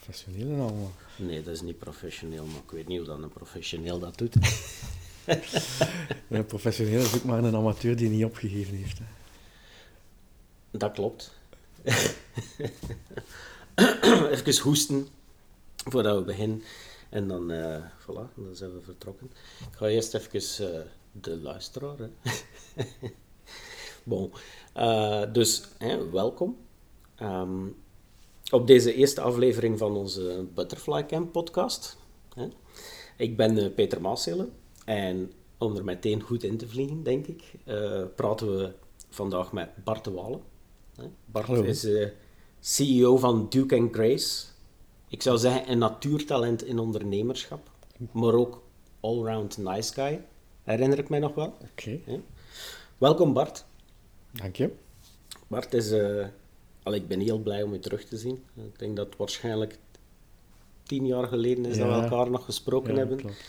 professioneel en allemaal. Nee, dat is niet professioneel, maar ik weet niet hoe dan een professioneel dat doet. Een professioneel is ook maar een amateur die niet opgegeven heeft. Hè. Dat klopt. Even hoesten voordat we beginnen. En dan, voilà, dan zijn we vertrokken. Ik ga eerst even de luisteraar. Hè. Bon. Dus, welkom. Op deze eerste aflevering van onze Butterfly Camp podcast. Ik ben Peter Maaselen en om er meteen goed in te vliegen, denk ik, praten we vandaag met Bart de Walen. Bart Hallo. is CEO van Duke & Grace. Ik zou zeggen een natuurtalent in ondernemerschap, maar ook allround nice guy, herinner ik mij nog wel. Oké. Welkom Bart. Dank je. Bart is... ik ben heel blij om je terug te zien. Ik denk dat het waarschijnlijk 10 jaar geleden is dat we elkaar nog gesproken hebben. Klopt.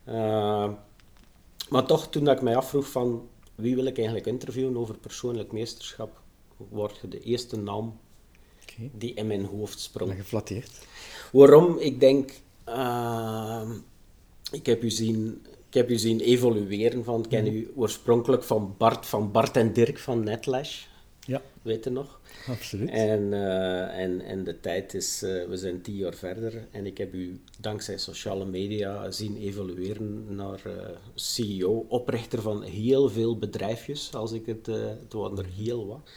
Maar toch, toen dat ik mij afvroeg van wie wil ik eigenlijk interviewen over persoonlijk meesterschap, word je de eerste naam die in mijn hoofd sprong. Ben geflatteerd. Waarom? Ik denk, ik heb u zien evolueren ik ken u oorspronkelijk van Bart en Dirk van Netlash. Ja. Weet je nog? Absoluut. En de tijd is, we zijn 10 jaar verder en ik heb u dankzij sociale media zien evolueren naar CEO, oprichter van heel veel bedrijfjes, als ik het waren er heel wat.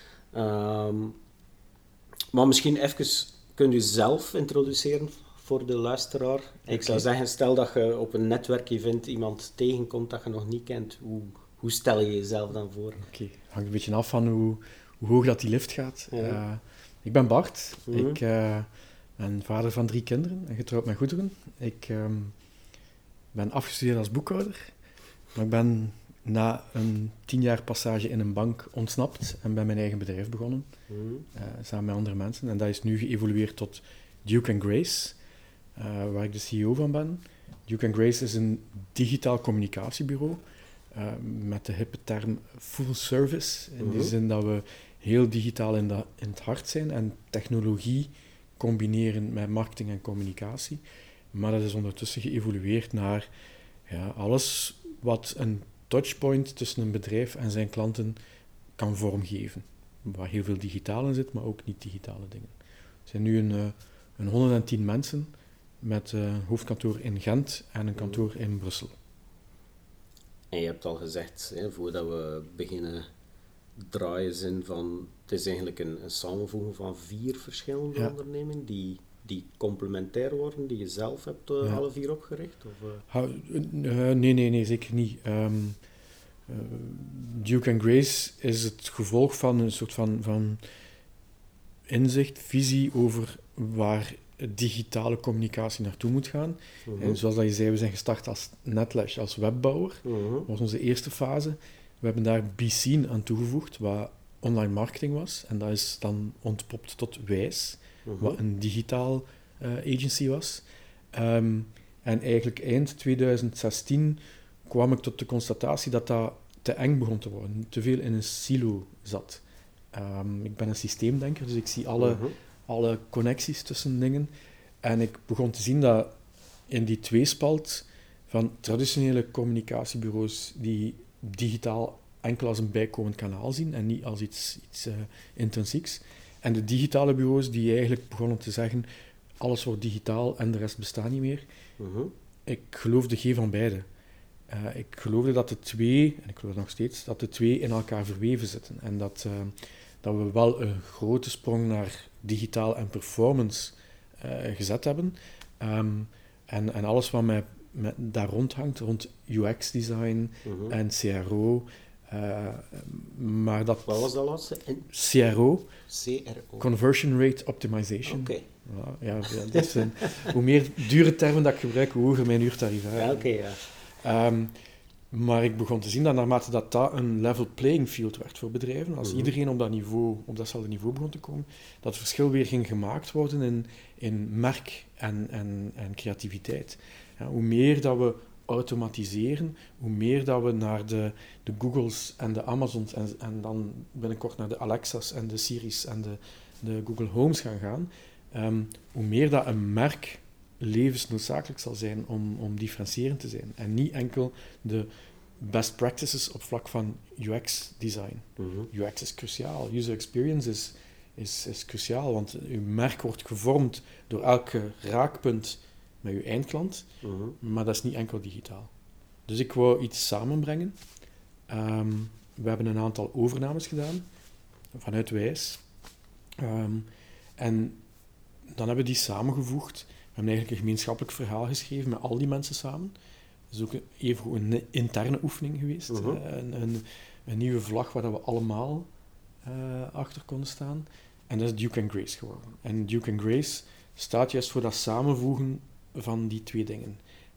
Maar misschien even, kunt u zelf introduceren voor de luisteraar? Okay. Ik zou zeggen, stel dat je op een netwerkevent iemand tegenkomt dat je nog niet kent, hoe stel je jezelf dan voor? Oké, hangt een beetje af van hoe hoog dat die lift gaat. Ja. Ik ben Bart. Mm-hmm. Ik ben vader van 3 kinderen en getrouwd met goederen. Ik ben afgestudeerd als boekhouder, maar ik ben na een 10 jaar passage in een bank ontsnapt en ben mijn eigen bedrijf begonnen, samen met andere mensen. En dat is nu geëvolueerd tot Duke & Grace, waar ik de CEO van ben. Duke & Grace is een digitaal communicatiebureau, met de hippe term full service, in die zin dat we heel digitaal in het hart zijn en technologie combineren met marketing en communicatie. Maar dat is ondertussen geëvolueerd naar alles wat een touchpoint tussen een bedrijf en zijn klanten kan vormgeven. Waar heel veel digitaal in zit, maar ook niet-digitale dingen. We zijn nu een 110 mensen met een hoofdkantoor in Gent en een kantoor in Brussel. En je hebt al gezegd, voordat we beginnen draaien, het is eigenlijk een samenvoeging van 4 verschillende ondernemingen die complementair worden, die je zelf hebt alle 4 opgericht? Of, Nee, zeker niet. Duke & Grace is het gevolg van een soort van inzicht, visie over waar digitale communicatie naartoe moet gaan. En zoals dat je zei, we zijn gestart als Netlash, als webbouwer. Dat was onze eerste fase. We hebben daar BScene aan toegevoegd, wat online marketing was. En dat is dan ontpopt tot Wijs, wat een digitaal agency was. En eigenlijk eind 2016 kwam ik tot de constatatie dat dat te eng begon te worden, te veel in een silo zat. Ik ben een systeemdenker, dus ik zie alle connecties tussen dingen. En ik begon te zien dat in die tweespalt van traditionele communicatiebureaus die digitaal enkel als een bijkomend kanaal zien en niet als iets intrinsieks. En de digitale bureaus die eigenlijk begonnen te zeggen, alles wordt digitaal en de rest bestaat niet meer. Ik geloofde geen van beide. Ik geloofde dat de twee, en ik geloof nog steeds, dat de twee in elkaar verweven zitten. En dat we wel een grote sprong naar digitaal en performance gezet hebben. En alles wat mij daar rondhangt, rond UX-design en CRO. Maar dat... Wat was dat laatste? CRO. CRO. Conversion Rate Optimization. Oké. Ja, dat is hoe meer dure termen dat ik gebruik, hoe hoger mijn uurtarief. Ja, oké, ja. Maar ik begon te zien dat naarmate dat een level playing field werd voor bedrijven, als iedereen op datzelfde niveau begon te komen, dat het verschil weer ging gemaakt worden in merk en creativiteit. Ja, hoe meer dat we automatiseren, hoe meer dat we naar de Googles en de Amazons en dan binnenkort naar de Alexa's en de Siri's en de Google Homes gaan, hoe meer dat een merk levensnoodzakelijk zal zijn om differentiërend te zijn. En niet enkel de best practices op vlak van UX-design. UX is cruciaal. User experience is cruciaal, want uw merk wordt gevormd door elke raakpunt met uw eindklant, maar dat is niet enkel digitaal. Dus ik wou iets samenbrengen. We hebben een aantal overnames gedaan vanuit Wijs. En dan hebben we die samengevoegd. We hebben eigenlijk een gemeenschappelijk verhaal geschreven met al die mensen samen. Dat is ook even een interne oefening geweest. Een nieuwe vlag waar we allemaal achter konden staan. En dat is Duke and Grace geworden. En Duke and Grace staat juist voor dat samenvoegen van die twee dingen.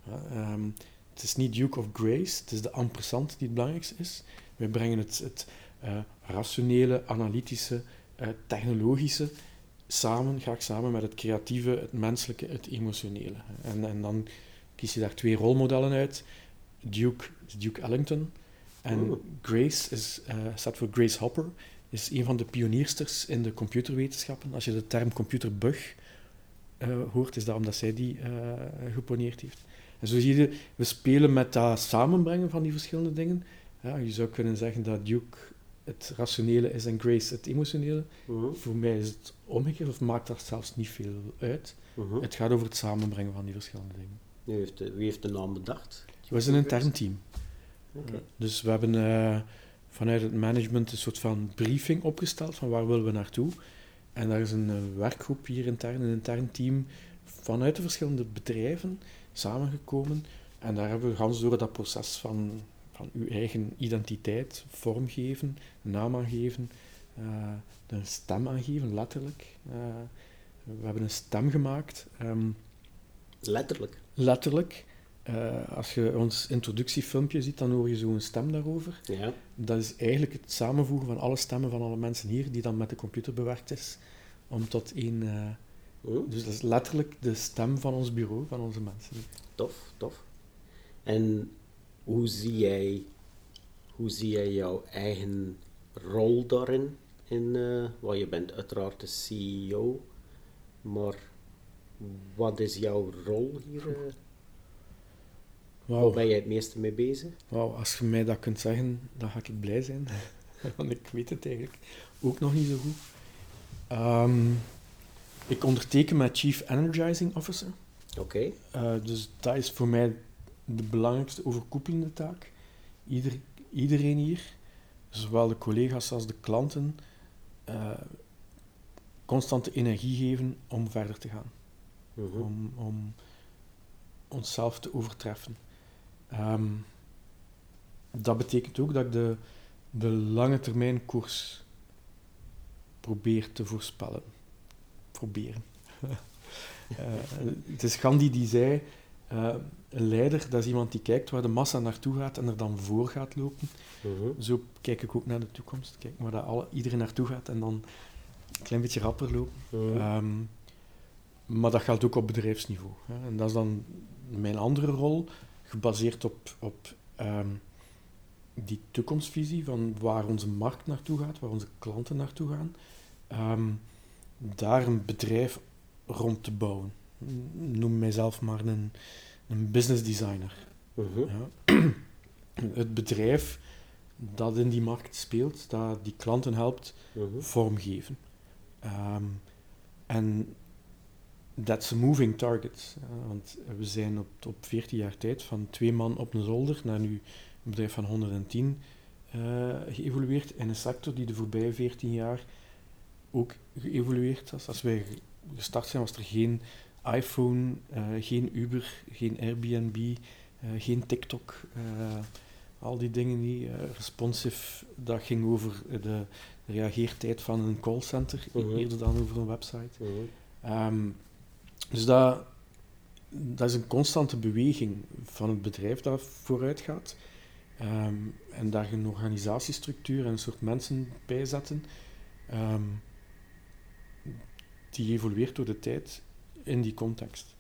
Het is niet Duke of Grace, het is de ampersand die het belangrijkste is. Wij brengen het rationele, analytische, technologische graag samen met het creatieve, het menselijke, het emotionele. En dan kies je daar twee rolmodellen uit. Duke is Duke Ellington en Grace staat voor Grace Hopper, is een van de pioniersters in de computerwetenschappen. Als je de term computerbug hoort, is dat omdat zij die geponeerd heeft. En zo zie je, we spelen met dat samenbrengen van die verschillende dingen. Ja, je zou kunnen zeggen dat Duke het rationele is en Grace het emotionele. Voor mij is het omgekeerd, of maakt dat zelfs niet veel uit. Het gaat over het samenbrengen van die verschillende dingen. Wie heeft de naam bedacht? Het was een intern team. Okay. Dus we hebben vanuit het management een soort van briefing opgesteld van waar willen we naartoe. En daar is een werkgroep hier intern, een intern team vanuit de verschillende bedrijven samengekomen. En daar hebben we gans door dat proces van uw eigen identiteit vormgeven, een naam aangeven, een stem aangeven, letterlijk. We hebben een stem gemaakt. Letterlijk? Letterlijk. Als je ons introductiefilmpje ziet, dan hoor je zo een stem daarover. Ja. Dat is eigenlijk het samenvoegen van alle stemmen van alle mensen hier, die dan met de computer bewerkt is, om tot één... Dus dat is letterlijk de stem van ons bureau, van onze mensen. Tof. En hoe zie jij jouw eigen rol daarin? Want je bent uiteraard de CEO, maar wat is jouw rol hier? Waar ben jij het meeste mee bezig? Wauw, als je mij dat kunt zeggen, dan ga ik blij zijn. Want ik weet het eigenlijk ook nog niet zo goed. Ik onderteken met Chief Energizing Officer. Oké. Dus dat is voor mij de belangrijkste overkoepelende taak. Iedereen hier, zowel de collega's als de klanten, constante energie geven om verder te gaan. Om onszelf te overtreffen. Dat betekent ook dat ik de lange termijn koers probeer te voorspellen. Proberen. Het is Gandhi die zei, een leider, dat is iemand die kijkt waar de massa naartoe gaat en er dan voor gaat lopen. Zo kijk ik ook naar de toekomst. Kijk waar dat iedereen naartoe gaat en dan een klein beetje rapper lopen. Maar dat geldt ook op bedrijfsniveau. Hè. En dat is dan mijn andere rol, gebaseerd op die toekomstvisie van waar onze markt naartoe gaat, waar onze klanten naartoe gaan. Daar een bedrijf rond te bouwen. Ik noem mijzelf maar een business designer. Ja. Het bedrijf dat in die markt speelt, dat die klanten helpt vormgeven. En that's a moving target. Want we zijn op 14 jaar tijd van 2 man op een zolder naar nu een bedrijf van 110 geëvolueerd in een sector die de voorbije 14 jaar ook geëvolueerd is. Als wij gestart zijn, was er geen iPhone, geen Uber, geen Airbnb, geen TikTok. Al die dingen niet. Responsive, dat ging over de reageertijd van een callcenter, eerder dan over een website. Dus dat is een constante beweging van het bedrijf dat vooruit gaat. En daar een organisatiestructuur en een soort mensen bij zetten. Die evolueert door de tijd in die context.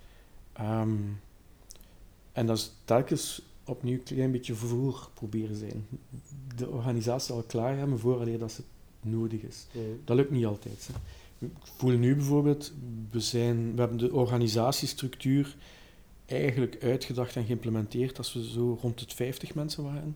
En dat is telkens opnieuw een klein beetje voor proberen zijn. De organisatie al klaar hebben vooraleer dat het nodig is. Dat lukt niet altijd. Hè. Ik voel nu bijvoorbeeld, we hebben de organisatiestructuur eigenlijk uitgedacht en geïmplementeerd als we zo rond het 50 mensen waren.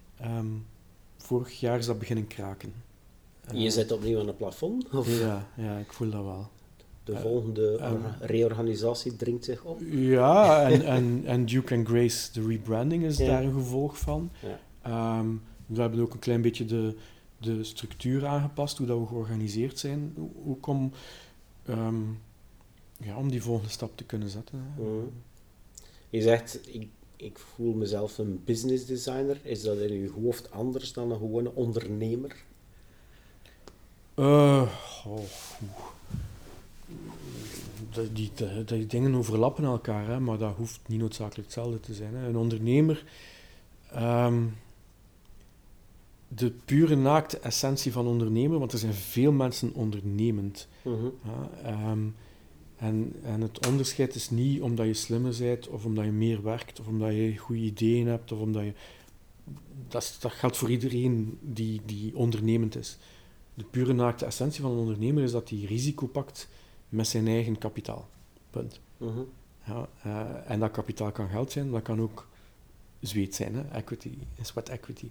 Vorig jaar is dat beginnen kraken. Je zit opnieuw aan het plafond? Of? Ja, ik voel dat wel. De volgende reorganisatie dringt zich op? Ja, en Duke and Grace, de rebranding is daar een gevolg van. Ja. We hebben ook een klein beetje de structuur aangepast, hoe dat we georganiseerd zijn. Ook om die volgende stap te kunnen zetten. Mm. Je zegt, ik voel mezelf een business designer. Is dat in je hoofd anders dan een gewone ondernemer? Die dingen overlappen elkaar, hè, maar dat hoeft niet noodzakelijk hetzelfde te zijn. Hè. Een ondernemer, de pure naakte essentie van ondernemer, want er zijn veel mensen ondernemend. Mm-hmm. Ja, en het onderscheid is niet omdat je slimmer bent, of omdat je meer werkt, of omdat je goede ideeën hebt, of omdat je... Dat geldt voor iedereen die ondernemend is. De pure naakte essentie van een ondernemer is dat hij risico pakt met zijn eigen kapitaal. Punt. Mm-hmm. Ja, en dat kapitaal kan geld zijn, dat kan ook zweet zijn, hè? Equity, sweat equity.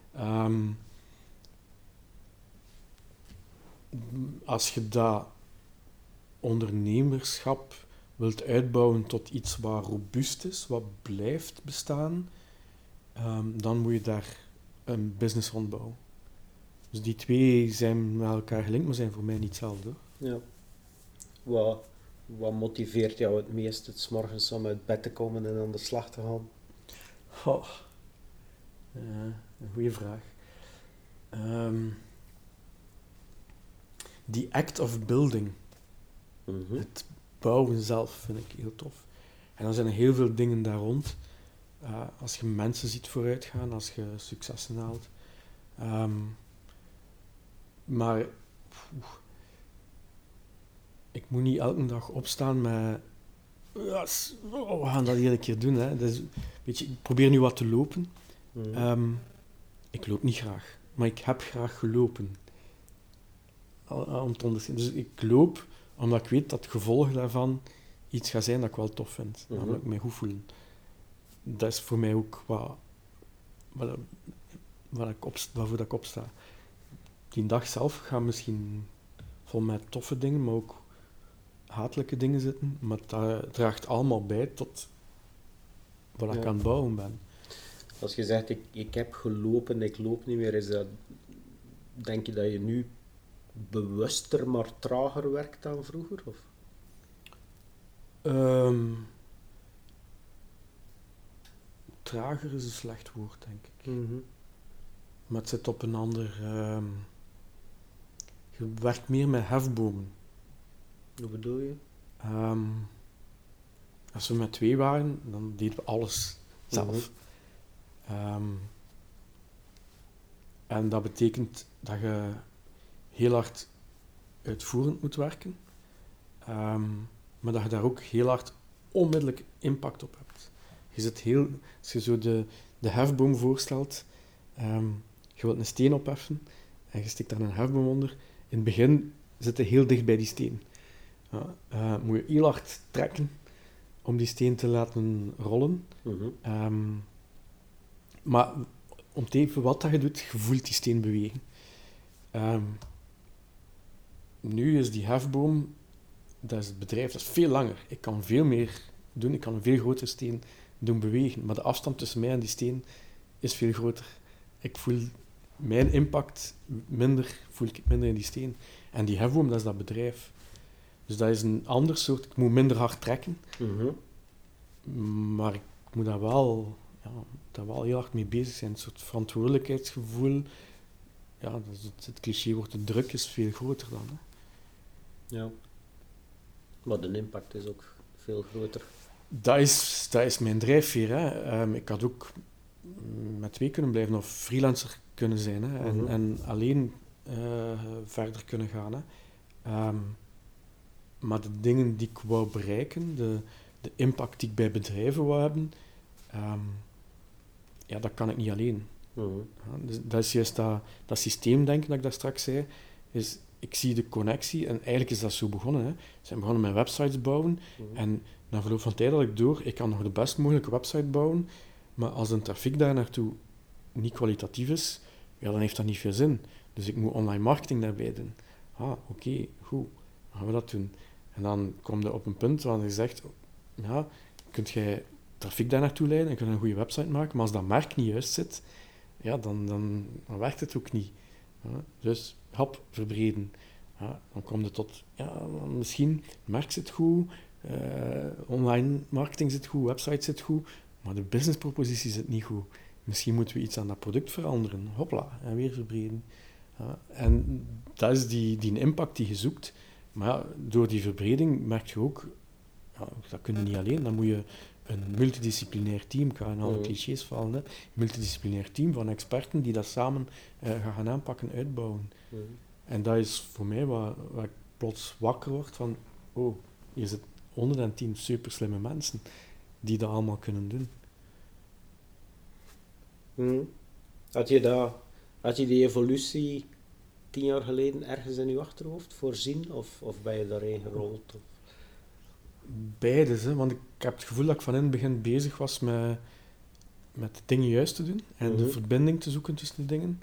Als je dat ondernemerschap wilt uitbouwen tot iets wat robuust is, wat blijft bestaan, dan moet je daar een business rond bouwen. Dus die twee zijn met elkaar gelinkt, maar zijn voor mij niet hetzelfde. Ja. Wat motiveert jou het meest, het 's morgens om uit bed te komen en aan de slag te gaan? Een goede vraag. Die act of building. Mm-hmm. Het bouwen zelf vind ik heel tof. En dan zijn er heel veel dingen daar rond. Als je mensen ziet vooruitgaan, als je successen haalt. Maar ik moet niet elke dag opstaan met... we gaan dat iedere keer doen. Hè. Dus, weet je, ik probeer nu wat te lopen. Mm-hmm. Ik loop niet graag, maar ik heb graag gelopen. Om te ondersteunen. Dus ik loop omdat ik weet dat het gevolg daarvan iets gaat zijn dat ik wel tof vind. Mm-hmm. Namelijk mij goed voelen. Dat is voor mij ook waarvoor ik opsta. Die dag zelf gaat misschien vol met toffe dingen, maar ook hatelijke dingen zitten. Maar dat draagt allemaal bij tot wat ik aan het bouwen ben. Als je zegt, ik heb gelopen, ik loop niet meer, denk je dat je nu bewuster, maar trager werkt dan vroeger? Of? Trager is een slecht woord, denk ik. Mm-hmm. Maar het zit op een ander... je werkt meer met hefbomen. Hoe bedoel je? Als we met 2 waren, dan deden we alles zelf. Mm-hmm. En dat betekent dat je heel hard uitvoerend moet werken, maar dat je daar ook heel hard onmiddellijk impact op hebt. Je zit als je zo de hefboom voorstelt, je wilt een steen opheffen en je stikt daar een hefboom onder. In het begin zit je heel dicht bij die steen. Moet je heel hard trekken om die steen te laten rollen. Mm-hmm. Maar om te even wat dat je doet, je voelt die steen bewegen. Nu is die hefboom, dat is het bedrijf, dat is veel langer. Ik kan veel meer doen, ik kan een veel grotere steen doen bewegen. Maar de afstand tussen mij en die steen is veel groter. Ik voel mijn impact voel ik minder in die steen. En die hefboom, dat is dat bedrijf. Dus dat is een ander soort, ik moet minder hard trekken. Mm-hmm. Maar ik moet daar wel heel hard mee bezig zijn. Een soort verantwoordelijkheidsgevoel. Ja, het cliché-woord, de druk is veel groter dan. Hè. Ja. Maar de impact is ook veel groter. Dat is mijn drijfveer. Hè. Ik had ook met 2 kunnen blijven of freelancer kunnen zijn. Hè. Mm-hmm. En alleen verder kunnen gaan. Hè. Maar de dingen die ik wou bereiken, de impact die ik bij bedrijven wou hebben, dat kan ik niet alleen. Mm-hmm. Ja, dus dat is juist dat systeemdenken dat ik daar straks zei, is ik zie de connectie, en eigenlijk is dat zo begonnen. Hè. Ze zijn begonnen met websites bouwen, en na verloop van tijd had ik door, ik kan nog de best mogelijke website bouwen, maar als de trafiek daar naartoe niet kwalitatief is, ja, dan heeft dat niet veel zin. Dus ik moet online marketing daarbij doen. Oké, goed, dan gaan we dat doen. En dan kom je op een punt waar je zegt, ja, kunt jij trafiek daar naartoe leiden en kun je een goede website maken, maar als dat merk niet juist zit, ja, dan werkt het ook niet. Ja, dus, verbreden. Ja, dan kom je tot, ja, misschien merk zit goed, online marketing zit goed, website zit goed, maar de businesspropositie zit niet goed. Misschien moeten we iets aan dat product veranderen. Hopla, en weer verbreden. Ja, en dat is die impact die je zoekt. Maar ja, door die verbreding merk je ook, ja, dat kun je niet alleen, dan moet je een multidisciplinair team, ik ga in alle clichés vallen, hè, multidisciplinair team van experten die dat samen gaan aanpakken, uitbouwen. En dat is voor mij waar ik plots wakker word van, oh, hier zitten 110 super slimme mensen die dat allemaal kunnen doen. Had je die evolutie 10 jaar geleden ergens in je achterhoofd voorzien, of ben je daarin gerold? Of? Beides, hè, want ik heb het gevoel dat ik van in het begin bezig was met de dingen juist te doen en de verbinding te zoeken tussen de dingen.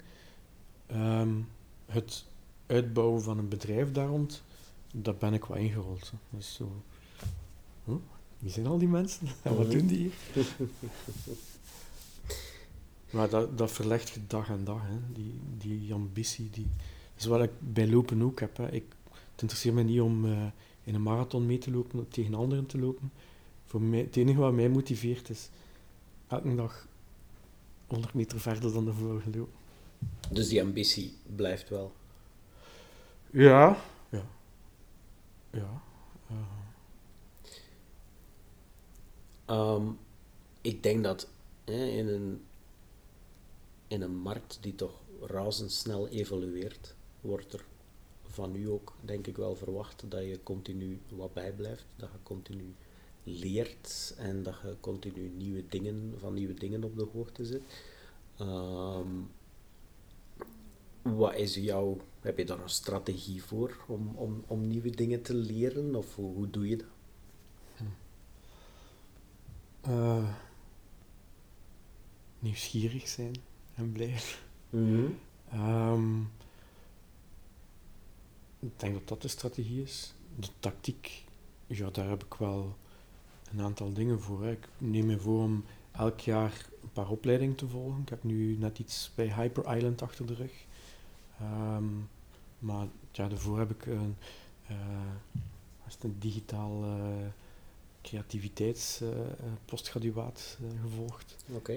Het uitbouwen van een bedrijf daar rond, dat ben ik wel ingerold. Hè. Dus zo, wie zijn al die mensen? En wat doen die hier? Maar dat verlegt je dag aan dag, hè. Die ambitie. Dat is wat ik bij lopen ook heb. Hè. Het interesseert me niet om in een marathon mee te lopen of tegen anderen te lopen. Voor mij, het enige wat mij motiveert is elke dag 100 meter verder dan de vorige lopen. Dus die ambitie blijft wel? Ja. Ik denk dat in een markt die toch razendsnel evolueert, wordt er van u ook, denk ik wel, verwacht dat je continu wat bijblijft, dat je continu leert en dat je continu van nieuwe dingen op de hoogte zit. Wat is heb je daar een strategie voor om nieuwe dingen te leren, of hoe doe je dat? Nieuwsgierig zijn en blijven. Ik denk dat dat de strategie is. De tactiek, ja, daar heb ik wel een aantal dingen voor. Hè. Ik neem me voor om elk jaar een paar opleidingen te volgen. Ik heb nu net iets bij Hyper Island achter de rug. Maar ja, daarvoor heb ik een digitaal creativiteitspostgraduaat gevolgd. Oké.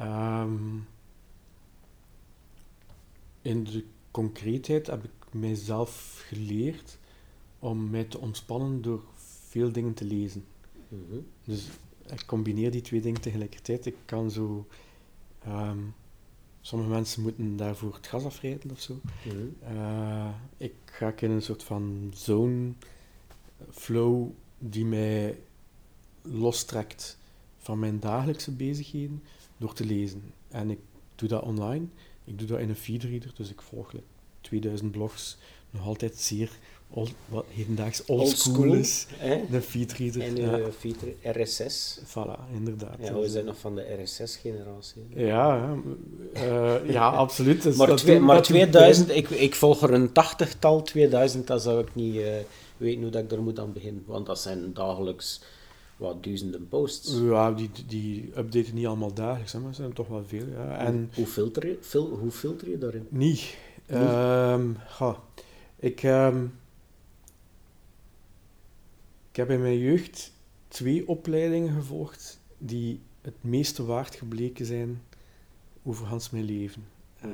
In de concreetheid heb ik mijzelf geleerd om mij te ontspannen door veel dingen te lezen. Dus ik combineer die twee dingen tegelijkertijd. Ik kan zo... sommige mensen moeten daarvoor het gas afrijden of zo. Ik ga in een soort van zone, flow, die mij lostrekt van mijn dagelijkse bezigheden door te lezen. En ik doe dat online. Ik doe dat in een feedreader, dus ik volg 2000 blogs, nog altijd zeer wat hedendaags oldschool is. De feedreader. En de feedreader, RSS. Voilà, inderdaad. Ja, we zijn nog van de RSS-generatie. Ja, absoluut. Dus maar 2000, ik volg er een 80-tal, 2000, dat zou ik niet weten hoe dat ik er moet aan beginnen, want dat zijn dagelijks duizenden posts. Ja, die updaten niet allemaal dagelijks, hè, maar er zijn toch wel veel. Ja. En hoe filter je daarin? Niet. Ik heb in mijn jeugd 2 opleidingen gevolgd die het meeste waard gebleken zijn over Hans mijn leven.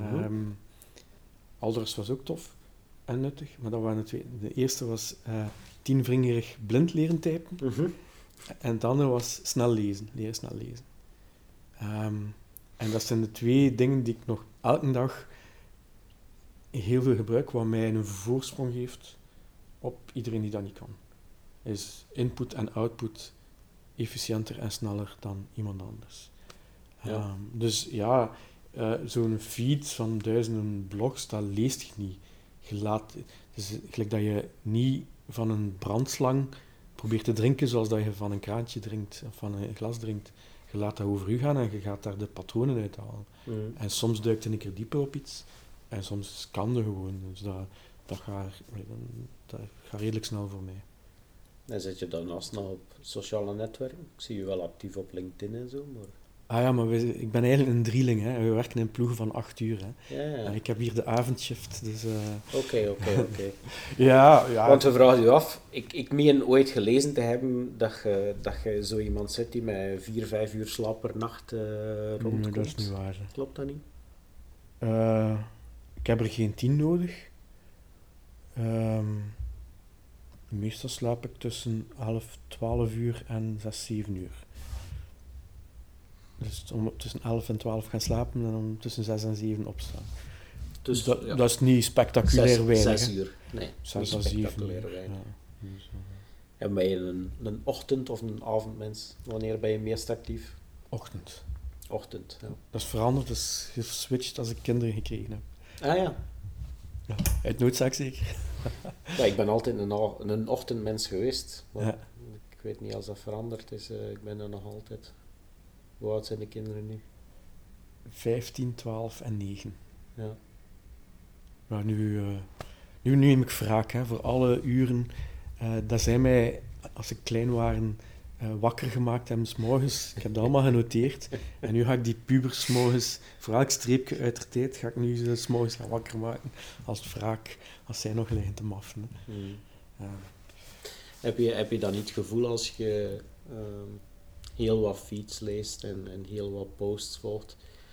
Alders was ook tof en nuttig, maar dat waren de 2. De eerste was 10-vingerig blind leren typen. En het andere was leren snel lezen. En dat zijn de 2 dingen die ik nog elke dag heel veel gebruik, wat mij een voorsprong geeft op iedereen die dat niet kan. Is input en output efficiënter en sneller dan iemand anders. Ja. Dus zo'n feed van duizenden blogs, dat leest je niet. Het Dus gelijk dat je niet van een brandslang probeert te drinken zoals dat je van een kraantje drinkt of van een glas drinkt. Je laat dat over u gaan en je gaat daar de patronen uit halen. En soms duikt je een keer dieper op iets en soms kan er gewoon. Dus dat gaat redelijk snel voor mij. En zit je daarnaast nog op sociale netwerken? Ik zie je wel actief op LinkedIn en zo, maar... Ah ja, maar ik ben eigenlijk een drieling. Hè. We werken in ploegen van 8 uur. Hè. Ja. En ik heb hier de avondshift, dus... Oké. Ja. Want we vragen je af, ik meen ooit gelezen te hebben dat je zo iemand zit die met 4-5 uur slaap per nacht rondkomt. Nee, dat is niet waar. Klopt dat niet? Ik heb er geen 10 nodig. Meestal slaap ik tussen 12 uur en 6-7 uur. Dus om tussen 11 en 12 gaan slapen en om tussen 6 en 7 opstaan. Dus dat is niet spectaculair weinig. 6 uur. Nee, 6 niet à 7 spectaculair uur. weinig. Ja. Dus, en ben je een ochtend- of een avondmens? Wanneer ben je meest actief? ochtend. Ochtend, ja. Dat is veranderd, dat is geswitcht als ik kinderen gekregen heb. Ah ja. Ja, uit noodzaak zeker. Ja, ik ben altijd een ochtendmens geweest. Maar Ja. ik weet niet als dat veranderd is. Ik ben er nog altijd. Hoe oud zijn de kinderen nu? 15, 12 en 9. Ja. Maar nu neem ik wraak hè, voor alle uren dat zij mij, als ik klein waren, wakker gemaakt hebben 's morgens. Ik heb dat allemaal genoteerd. En nu ga ik die pubers 's morgens, voor elk streepje uit de tijd, ga ik nu ze 's morgens gaan wakker maken. Als wraak, als zij nog liggen te maffen. Hè. Heb je dan niet het gevoel als je heel wat feeds leest en heel wat posts volgt,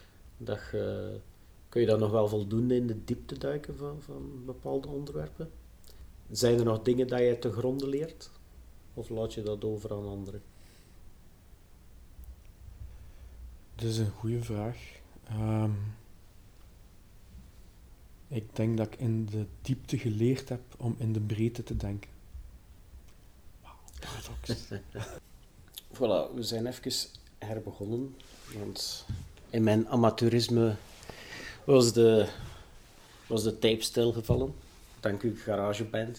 kun je dan nog wel voldoende in de diepte duiken van bepaalde onderwerpen? Zijn er nog dingen dat je te gronden leert? Of laat je dat over aan anderen? Dat is een goede vraag. Ik denk dat ik in de diepte geleerd heb om in de breedte te denken. Wauw, paradox. Voilà, we zijn even herbegonnen, want in mijn amateurisme was de tape stilgevallen. Dank u, GarageBand.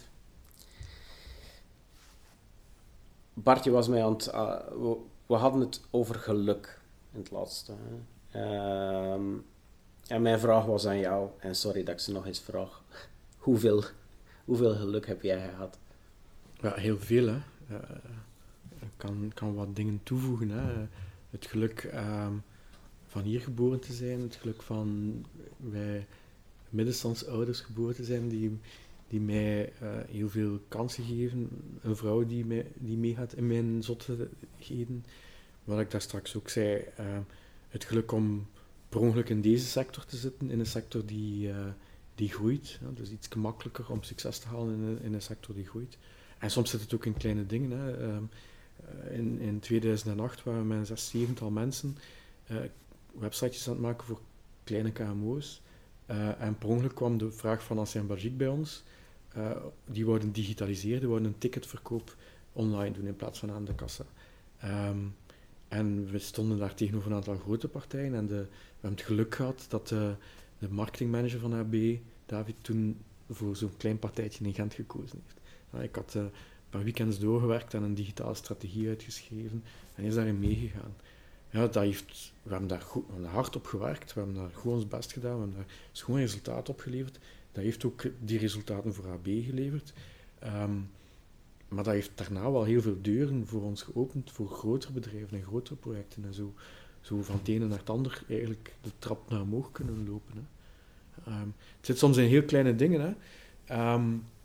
Bartje was mij aan het... we hadden het over geluk in het laatste. Hè. En mijn vraag was aan jou, en sorry dat ik ze nog eens vraag. Hoeveel geluk heb jij gehad? Ja, heel veel, hè. Ik kan wat dingen toevoegen, hè. Het geluk van hier geboren te zijn, het geluk van wij middenstandsouders geboren te zijn die mij heel veel kansen geven. Een vrouw die meegaat in mijn zottigheden. Wat ik daar straks ook zei, het geluk om per ongeluk in deze sector te zitten, in een sector die groeit. Ja, dus iets gemakkelijker om succes te halen in een sector die groeit. En soms zit het ook in kleine dingen. Hè. In 2008 waren we met 6-7 mensen websitejes aan het maken voor kleine KMO's. En per ongeluk kwam de vraag van Ancien Belgique bij ons. Die wouden digitaliseren, die wouden een ticketverkoop online doen in plaats van aan de kassa. En we stonden daar tegenover een aantal grote partijen en we hebben het geluk gehad dat de marketingmanager van AB, David, toen voor zo'n klein partijtje in Gent gekozen heeft. Ik had een paar weekends doorgewerkt en een digitale strategie uitgeschreven en is daarin meegegaan. Ja, we hebben daar hard op gewerkt, we hebben daar goed ons best gedaan, we hebben daar schoon resultaten opgeleverd. Dat heeft ook die resultaten voor AB geleverd. Maar dat heeft daarna wel heel veel deuren voor ons geopend, voor grotere bedrijven en grotere projecten. En zo van het ene naar het ander eigenlijk de trap naar omhoog kunnen lopen. Hè. Het zit soms in heel kleine dingen. Hè.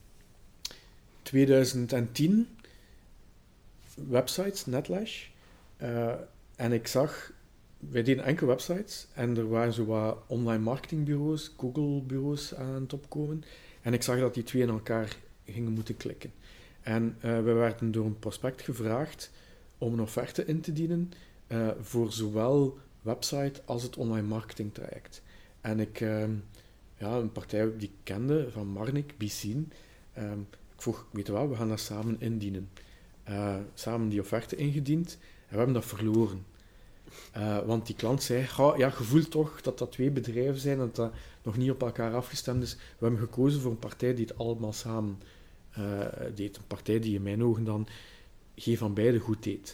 2010, websites, Netlash. En ik zag, wij deden enkele websites en er waren zo wat online marketingbureaus, Google-bureaus aan het opkomen. En ik zag dat die twee in elkaar gingen moeten klikken. En we werden door een prospect gevraagd om een offerte in te dienen voor zowel website als het online marketing traject. En ik, een partij die ik kende, van Marnik, Bicien, ik vroeg, weet je wel, we gaan dat samen indienen. Samen die offerte ingediend en we hebben dat verloren. Want die klant zei, ja, je voelt toch dat dat twee bedrijven zijn en dat dat nog niet op elkaar afgestemd is. We hebben gekozen voor een partij die het allemaal samen deed. Een partij die in mijn ogen dan geen van beide goed deed.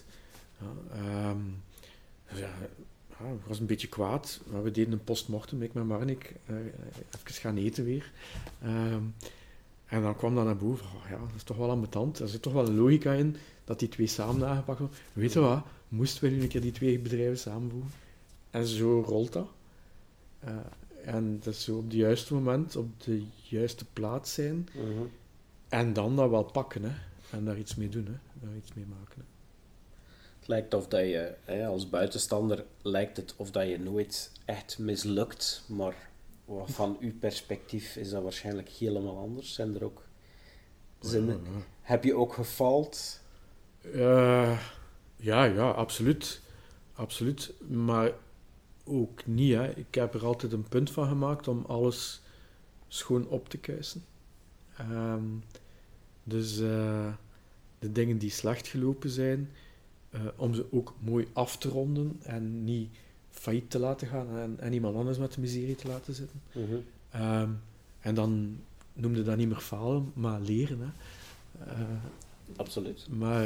Dus ik was een beetje kwaad. Maar we deden een postmortem, ik met Marnik, even gaan eten weer. En dan kwam dat naar boven. Ja, dat is toch wel ambetant. Er zit toch wel een logica in dat die twee samen aangepakt worden. Weet je wat? Moesten we nu een keer die twee bedrijven samenvoegen? En zo rolt dat. En dat is zo op het juiste moment, op de juiste plaats zijn. En dan dat wel pakken, hè. En daar iets mee doen, hè. Daar iets mee maken, hè. Het lijkt of dat je, als buitenstander, lijkt het of dat je nooit echt mislukt, maar van uw perspectief is dat waarschijnlijk helemaal anders. Zijn er ook zinnen? Heb je ook gefaald? Ja, absoluut. Absoluut. Maar ook niet, hè. Ik heb er altijd een punt van gemaakt om alles schoon op te kuisen. Dus de dingen die slecht gelopen zijn, om ze ook mooi af te ronden en niet failliet te laten gaan en iemand anders met de miserie te laten zitten. En dan noemde dat niet meer falen, maar leren. Hè. Absoluut. Maar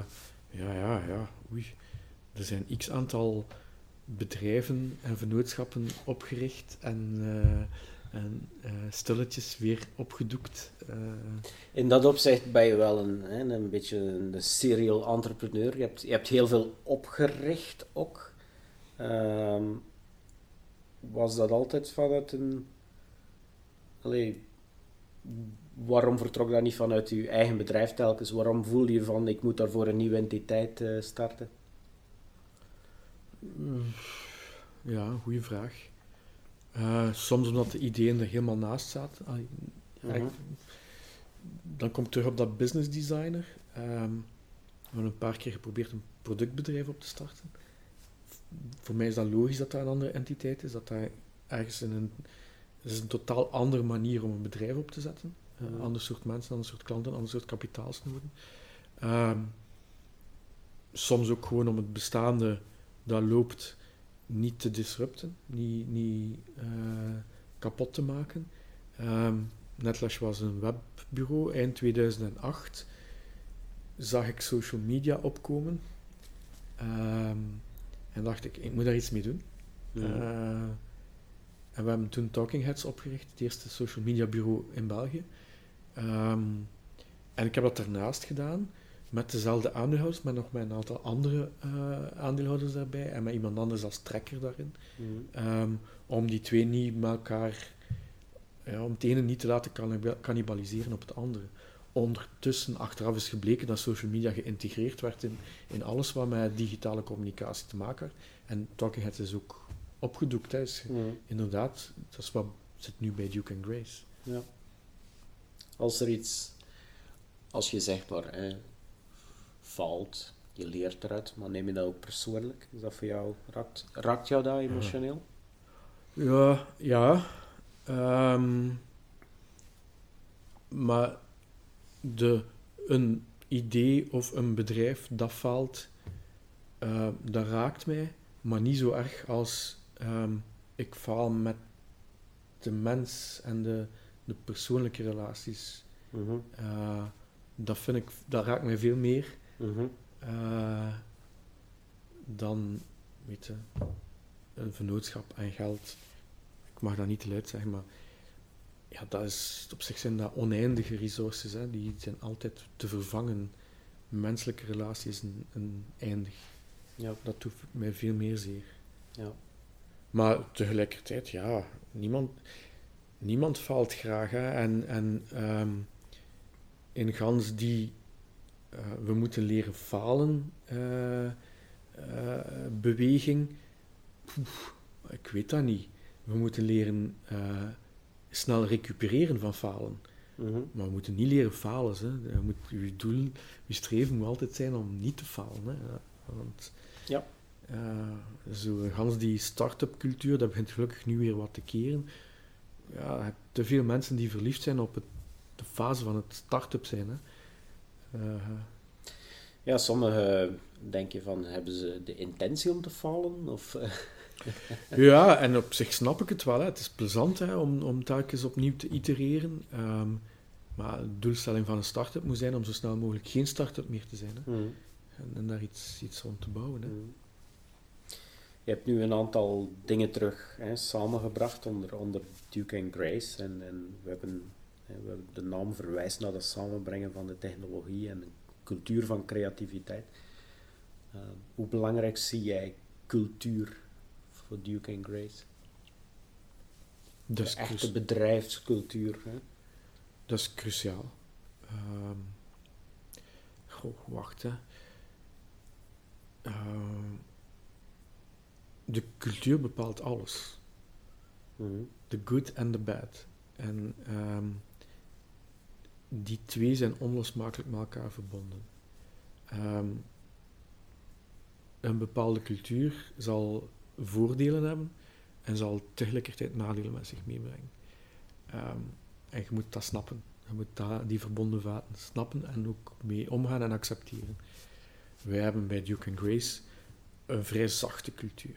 oei. Er zijn x-aantal bedrijven en vennootschappen opgericht en stilletjes weer opgedoekt. In dat opzicht ben je wel een beetje een serial entrepreneur. Je hebt heel veel opgericht ook. Was dat altijd vanuit een... waarom vertrok dat niet vanuit je eigen bedrijf telkens? Waarom voelde je van, ik moet daarvoor een nieuwe entiteit starten? Ja, goede vraag. Soms omdat de ideeën er helemaal naast zaten. Dan kom ik terug op dat business designer. We hebben een paar keer geprobeerd een productbedrijf op te starten. Voor mij is dat logisch dat dat een andere entiteit is. Dat dat ergens het is een totaal andere manier om een bedrijf op te zetten. Ander soort mensen, ander soort klanten, ander soort kapitaalsnoden. Soms ook gewoon om het bestaande dat loopt niet te disrupten, niet kapot te maken. Netlash was een webbureau. Eind 2008 zag ik social media opkomen. En dacht ik moet daar iets mee doen. En we hebben toen Talking Heads opgericht, het eerste social media bureau in België. En ik heb dat daarnaast gedaan, met dezelfde aandeelhouders, maar nog met een aantal andere aandeelhouders daarbij en met iemand anders als trekker daarin. Om die twee niet met elkaar, om het ene niet te laten cannibaliseren op het andere. Ondertussen, achteraf is gebleken dat social media geïntegreerd werd in alles wat met digitale communicatie te maken had. En Talking Heads is ook opgedoekt. Hè. Inderdaad, dat is wat zit nu bij Duke and Grace. Ja. Als je zegt maar faalt, je leert eruit, maar neem je dat ook persoonlijk? Is dat voor jou, raakt jou dat emotioneel? Ja. Maar een idee of een bedrijf dat faalt, dat raakt mij, maar niet zo erg als ik faal met de mens en de persoonlijke relaties. Dat raakt mij veel meer dan, weet je, een vennootschap en geld. Ik mag dat niet te luid zeggen, maar ja, op zich zijn dat oneindige resources, hè. Die zijn altijd te vervangen. Menselijke relaties een eindig. Ja. Dat doet mij veel meer zeer. Ja. Maar tegelijkertijd, ja, niemand faalt graag. Hè. En in gans die we moeten leren falen beweging, ik weet dat niet. We moeten leren snel recupereren van falen. Maar we moeten niet leren falen. Hè. Je doel, je streven moet altijd zijn om niet te falen. Hè. Want zo gans die start-up cultuur, dat begint gelukkig nu weer wat te keren. Ja, je hebt te veel mensen die verliefd zijn op de fase van het start-up zijn. Hè. Ja, sommigen denken van, hebben ze de intentie om te falen? Of, Ja, en op zich snap ik het wel. Hè. Het is plezant hè, om telkens opnieuw te itereren. Maar de doelstelling van een start-up moet zijn om zo snel mogelijk geen start-up meer te zijn. Hè. En daar iets rond te bouwen. Hè. Je hebt nu een aantal dingen terug samengebracht onder Duke and Grace. En we hebben de naam verwijst naar dat samenbrengen van de technologie en de cultuur van creativiteit. Hoe belangrijk zie jij cultuur voor Duke and Grace? Dat is de echte bedrijfscultuur. Hè? Dat is cruciaal. Wacht hè. De cultuur bepaalt alles. The good and the bad. En die twee zijn onlosmakelijk met elkaar verbonden. Een bepaalde cultuur zal voordelen hebben en zal tegelijkertijd nadelen met zich meebrengen. En je moet dat snappen. Je moet die verbonden vaten snappen en ook mee omgaan en accepteren. Wij hebben bij Duke and Grace een vrij zachte cultuur.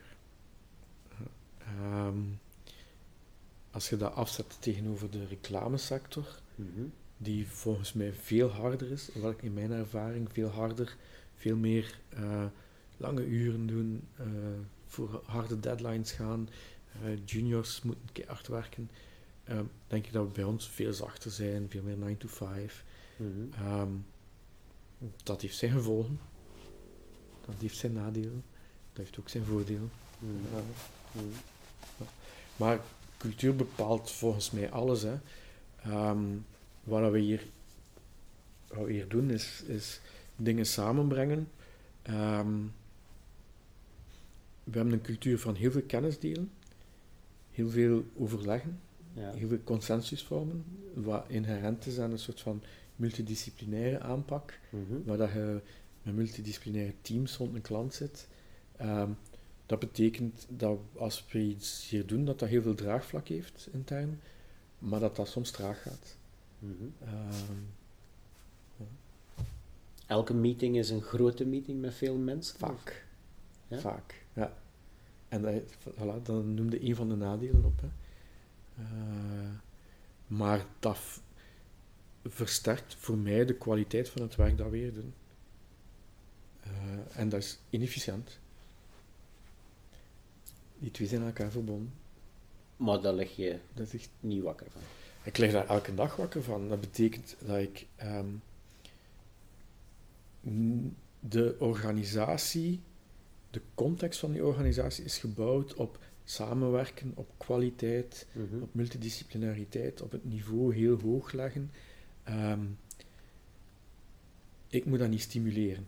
Als je dat afzet tegenover de reclamesector, die volgens mij veel harder is, welk in mijn ervaring veel harder, veel meer lange uren doen, voor harde deadlines gaan, juniors moeten keihard werken, denk ik dat we bij ons veel zachter zijn, veel meer 9 to 5. Dat heeft zijn gevolgen, dat heeft zijn nadelen, dat heeft ook zijn voordelen. Maar cultuur bepaalt volgens mij alles. Hè. Wat we hier doen is dingen samenbrengen. We hebben een cultuur van heel veel kennis delen, heel veel overleggen, heel veel consensus vormen, wat inherent is aan een soort van multidisciplinaire aanpak, waar dat je met multidisciplinaire teams rond een klant zit. Dat betekent dat als we iets hier doen, dat heel veel draagvlak heeft intern, maar dat soms traag gaat. Elke meeting is een grote meeting met veel mensen? Vaak. Ja? Vaak, ja. En dan noemde een van de nadelen op. Hè. Maar dat versterkt voor mij de kwaliteit van het werk dat we hier doen. En dat is inefficiënt. Die twee zijn aan elkaar verbonden. Maar daar lig je niet wakker van? Ik lig daar elke dag wakker van. Dat betekent dat ik de organisatie, de context van die organisatie is gebouwd op samenwerken, op kwaliteit, op multidisciplinariteit, op het niveau heel hoog leggen. Ik moet dat niet stimuleren.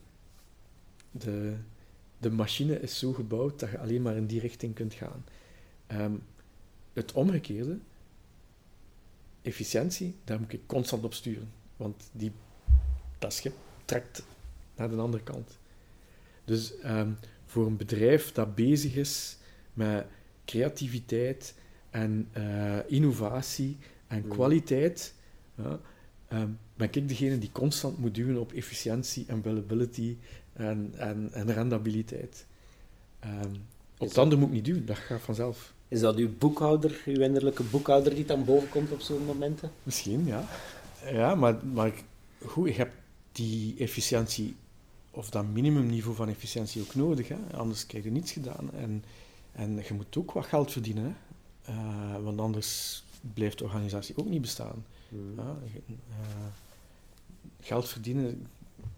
De machine is zo gebouwd dat je alleen maar in die richting kunt gaan. Het omgekeerde, efficiëntie, daar moet ik constant op sturen. Want dat schip trekt naar de andere kant. Dus voor een bedrijf dat bezig is met creativiteit en innovatie en kwaliteit, ben ik degene die constant moet duwen op efficiëntie en availability en rendabiliteit. Op het andere moet ik niet duwen, dat gaat vanzelf. Is dat uw boekhouder, uw innerlijke boekhouder die dan boven komt op zo'n momenten? Misschien, ja. Ja, maar goed, je hebt die efficiëntie of dat minimumniveau van efficiëntie ook nodig, hè? Anders krijg je niets gedaan. En je moet ook wat geld verdienen, hè? Want anders blijft de organisatie ook niet bestaan. Geld verdienen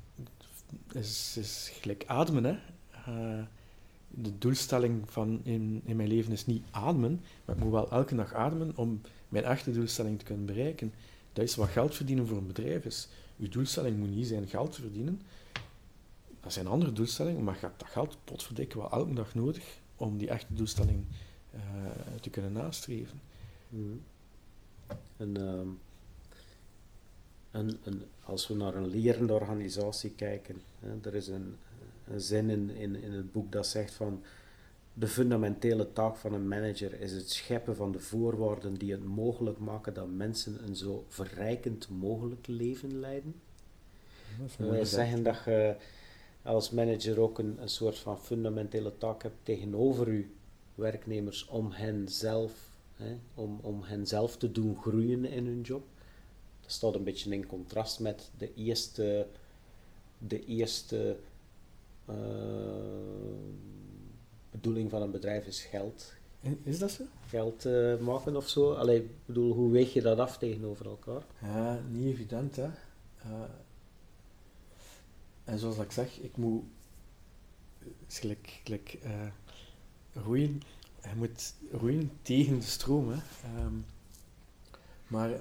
is gelijk ademen, hè? De doelstelling van in mijn leven is niet ademen, maar ik moet wel elke dag ademen om mijn echte doelstelling te kunnen bereiken. Dat is wat geld verdienen voor een bedrijf is. Uw doelstelling moet niet zijn geld te verdienen. Dat zijn andere doelstellingen, maar je hebt dat geld potverdikke wel elke dag nodig om die echte doelstelling te kunnen nastreven. En als we naar een lerende organisatie kijken, er is een zin in het boek dat zegt van de fundamentele taak van een manager is het scheppen van de voorwaarden die het mogelijk maken dat mensen een zo verrijkend mogelijk leven leiden. Dat wil zeggen dat je als manager ook een soort van fundamentele taak hebt tegenover uw werknemers om hen zelf, om hen zelf te doen groeien in hun job. Dat staat een beetje in contrast met de eerste bedoeling van een bedrijf is geld. Is dat zo? Geld maken of zo. Allee, ik bedoel, hoe weeg je dat af tegenover elkaar? Ja, niet evident, hè. En zoals ik zeg, ik moet gelijk roeien. Je moet roeien tegen de stroom, hè. Maar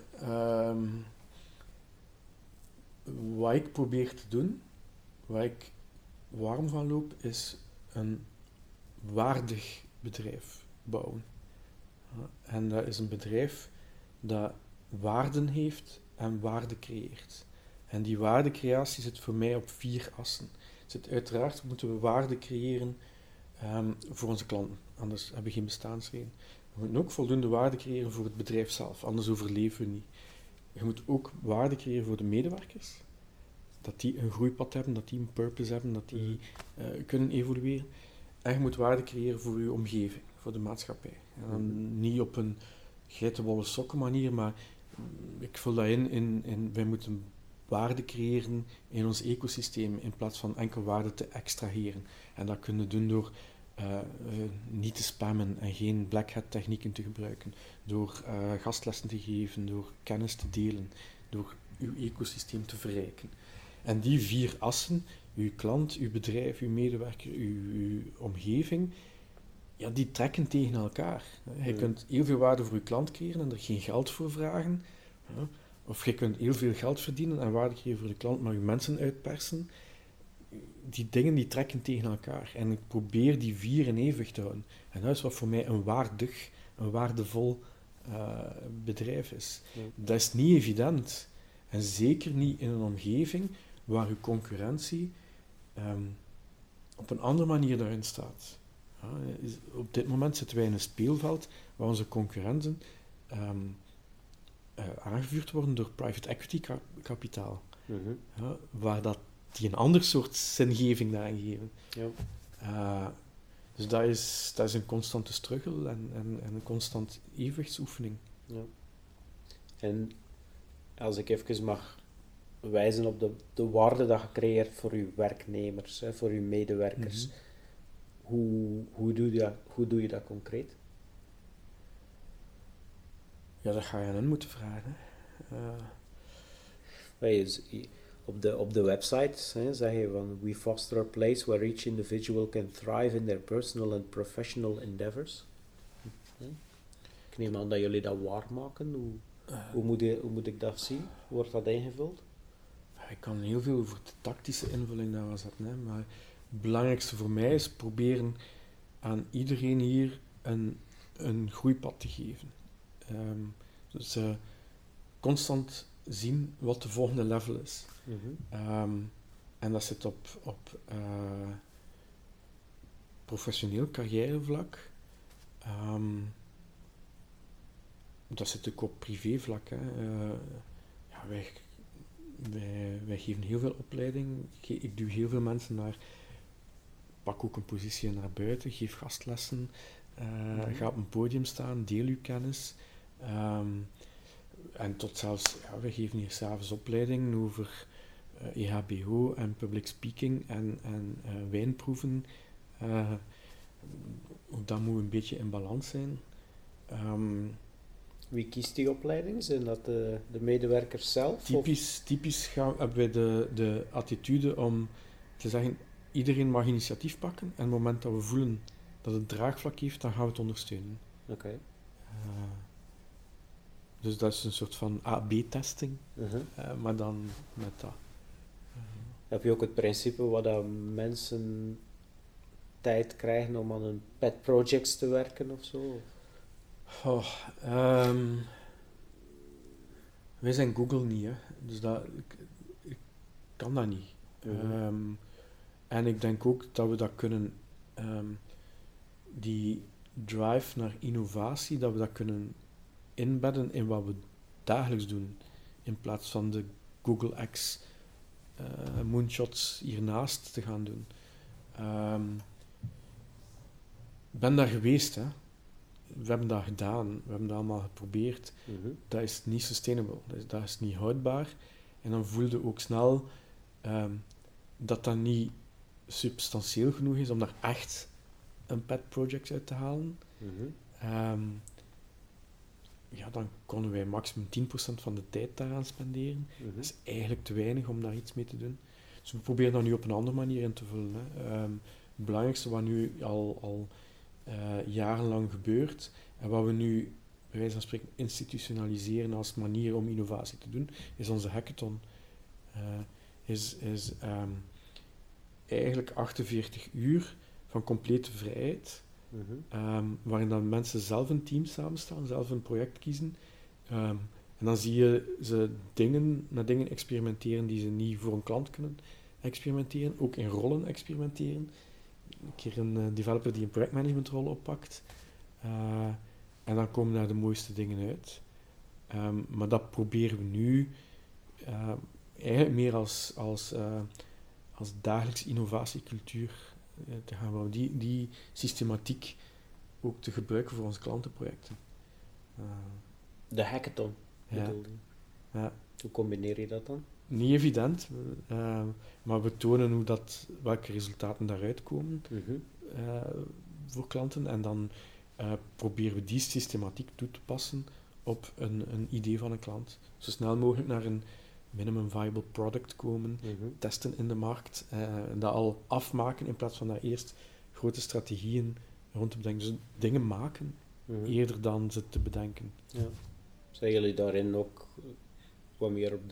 wat ik probeer te doen, waar ik warm van loop, is een waardig bedrijf bouwen. En dat is een bedrijf dat waarden heeft en waarde creëert. En die waardecreatie zit voor mij op 4 assen. Uiteraard moeten we waarde creëren voor onze klanten, anders hebben we geen bestaansreden. We moeten ook voldoende waarde creëren voor het bedrijf zelf, anders overleven we niet. Je moet ook waarde creëren voor de medewerkers, dat die een groeipad hebben, dat die een purpose hebben, dat die kunnen evolueren. En je moet waarde creëren voor je omgeving, voor de maatschappij. En dan niet op een geitenwolle sokken manier, maar ik vul dat in wij moeten waarde creëren in ons ecosysteem in plaats van enkel waarde te extraheren. En dat kunnen we doen door niet te spammen en geen black hat technieken te gebruiken, door gastlessen te geven, door kennis te delen, door uw ecosysteem te verrijken. En die 4 assen, uw klant, uw bedrijf, uw medewerker, uw omgeving, ja, die trekken tegen elkaar. Je kunt heel veel waarde voor je klant creëren en er geen geld voor vragen. Of je kunt heel veel geld verdienen en waarde creëren voor de klant, maar je mensen uitpersen. Die dingen die trekken tegen elkaar. En ik probeer die 4 in evenwicht te houden. En dat is wat voor mij een waardevol bedrijf is. Ja. Dat is niet evident. En zeker niet in een omgeving waar je concurrentie op een andere manier daarin staat. Ja, op dit moment zitten wij in een speelveld waar onze concurrenten aangevuurd worden door private equity kapitaal. Ja, waar die een ander soort zingeving daaraan geven. Ja. Dus dat is een constante struggle en een constant evenwichtsoefening. Ja. En als ik even mag wijzen op de waarde dat je creëert voor je werknemers, voor je medewerkers, hoe doe je dat concreet? Ja, dat ga je aan hen moeten vragen. Op de website zeg je van we foster a place where each individual can thrive in their personal and professional endeavors. Ik neem aan dat jullie dat waarmaken. Hoe moet ik dat zien? Wordt dat ingevuld? Ik kan heel veel over de tactische invulling daar was zetten, maar het belangrijkste voor mij is proberen aan iedereen hier een groeipad te geven. Dus constant zien wat de volgende level is. En dat zit op professioneel carrièrevlak. Dat zit ook op privévlak. Ja, wij geven heel veel opleiding. Ik duw heel veel mensen naar... Pak ook een positie naar buiten, geef gastlessen, ga op een podium staan, deel uw kennis. En tot zelfs, we geven hier 's avonds opleidingen over EHBO en public speaking en wijnproeven. Dat moet een beetje in balans zijn. Wie kiest die opleiding? Zijn dat de medewerkers zelf? Typisch hebben wij de attitude om te zeggen, iedereen mag initiatief pakken en op het moment dat we voelen dat het draagvlak heeft, dan gaan we het ondersteunen. Oké. Dus dat is een soort van A-B-testing, maar dan met dat. Heb je ook het principe waar dat mensen tijd krijgen om aan hun pet projects te werken of zo? Wij zijn Google niet, hè. Dus ik kan dat niet. En ik denk ook dat we dat kunnen, die drive naar innovatie, dat we dat kunnen inbedden in wat we dagelijks doen, in plaats van de Google X moonshots hiernaast te gaan doen. Ik ben daar geweest, hè. We hebben dat gedaan, we hebben dat allemaal geprobeerd. Dat is niet sustainable, dat is niet houdbaar. En dan voelde ook snel dat dat niet substantieel genoeg is om daar echt een pet project uit te halen. Dan konden wij maximum 10% van de tijd daaraan spenderen. Dat is eigenlijk te weinig om daar iets mee te doen. Dus we proberen dat nu op een andere manier in te vullen. Hè. Het belangrijkste wat nu al jarenlang gebeurt, en wat we nu bij wijze van spreken institutionaliseren als manier om innovatie te doen, is onze hackathon. Is eigenlijk 48 uur van complete vrijheid, waarin dan mensen zelf een team samenstellen, zelf een project kiezen. En dan zie je ze met dingen experimenteren die ze niet voor een klant kunnen experimenteren, ook in rollen experimenteren. Een keer een developer die een projectmanagementrol oppakt. En dan komen daar de mooiste dingen uit. Maar dat proberen we nu eigenlijk meer als dagelijks innovatiecultuur te gaan bouwen. Die systematiek ook te gebruiken voor onze klantenprojecten. De hackathon, bedoelde je? Ja. Hoe combineer je dat dan? Niet evident, maar we tonen welke resultaten daaruit komen voor klanten. En dan proberen we die systematiek toe te passen op een idee van een klant. Zo snel mogelijk naar een minimum viable product komen, testen in de markt, dat al afmaken in plaats van daar eerst grote strategieën rond te bedenken. Dus dingen maken, eerder dan ze te bedenken. Ja. Zijn jullie daarin ook wat meer op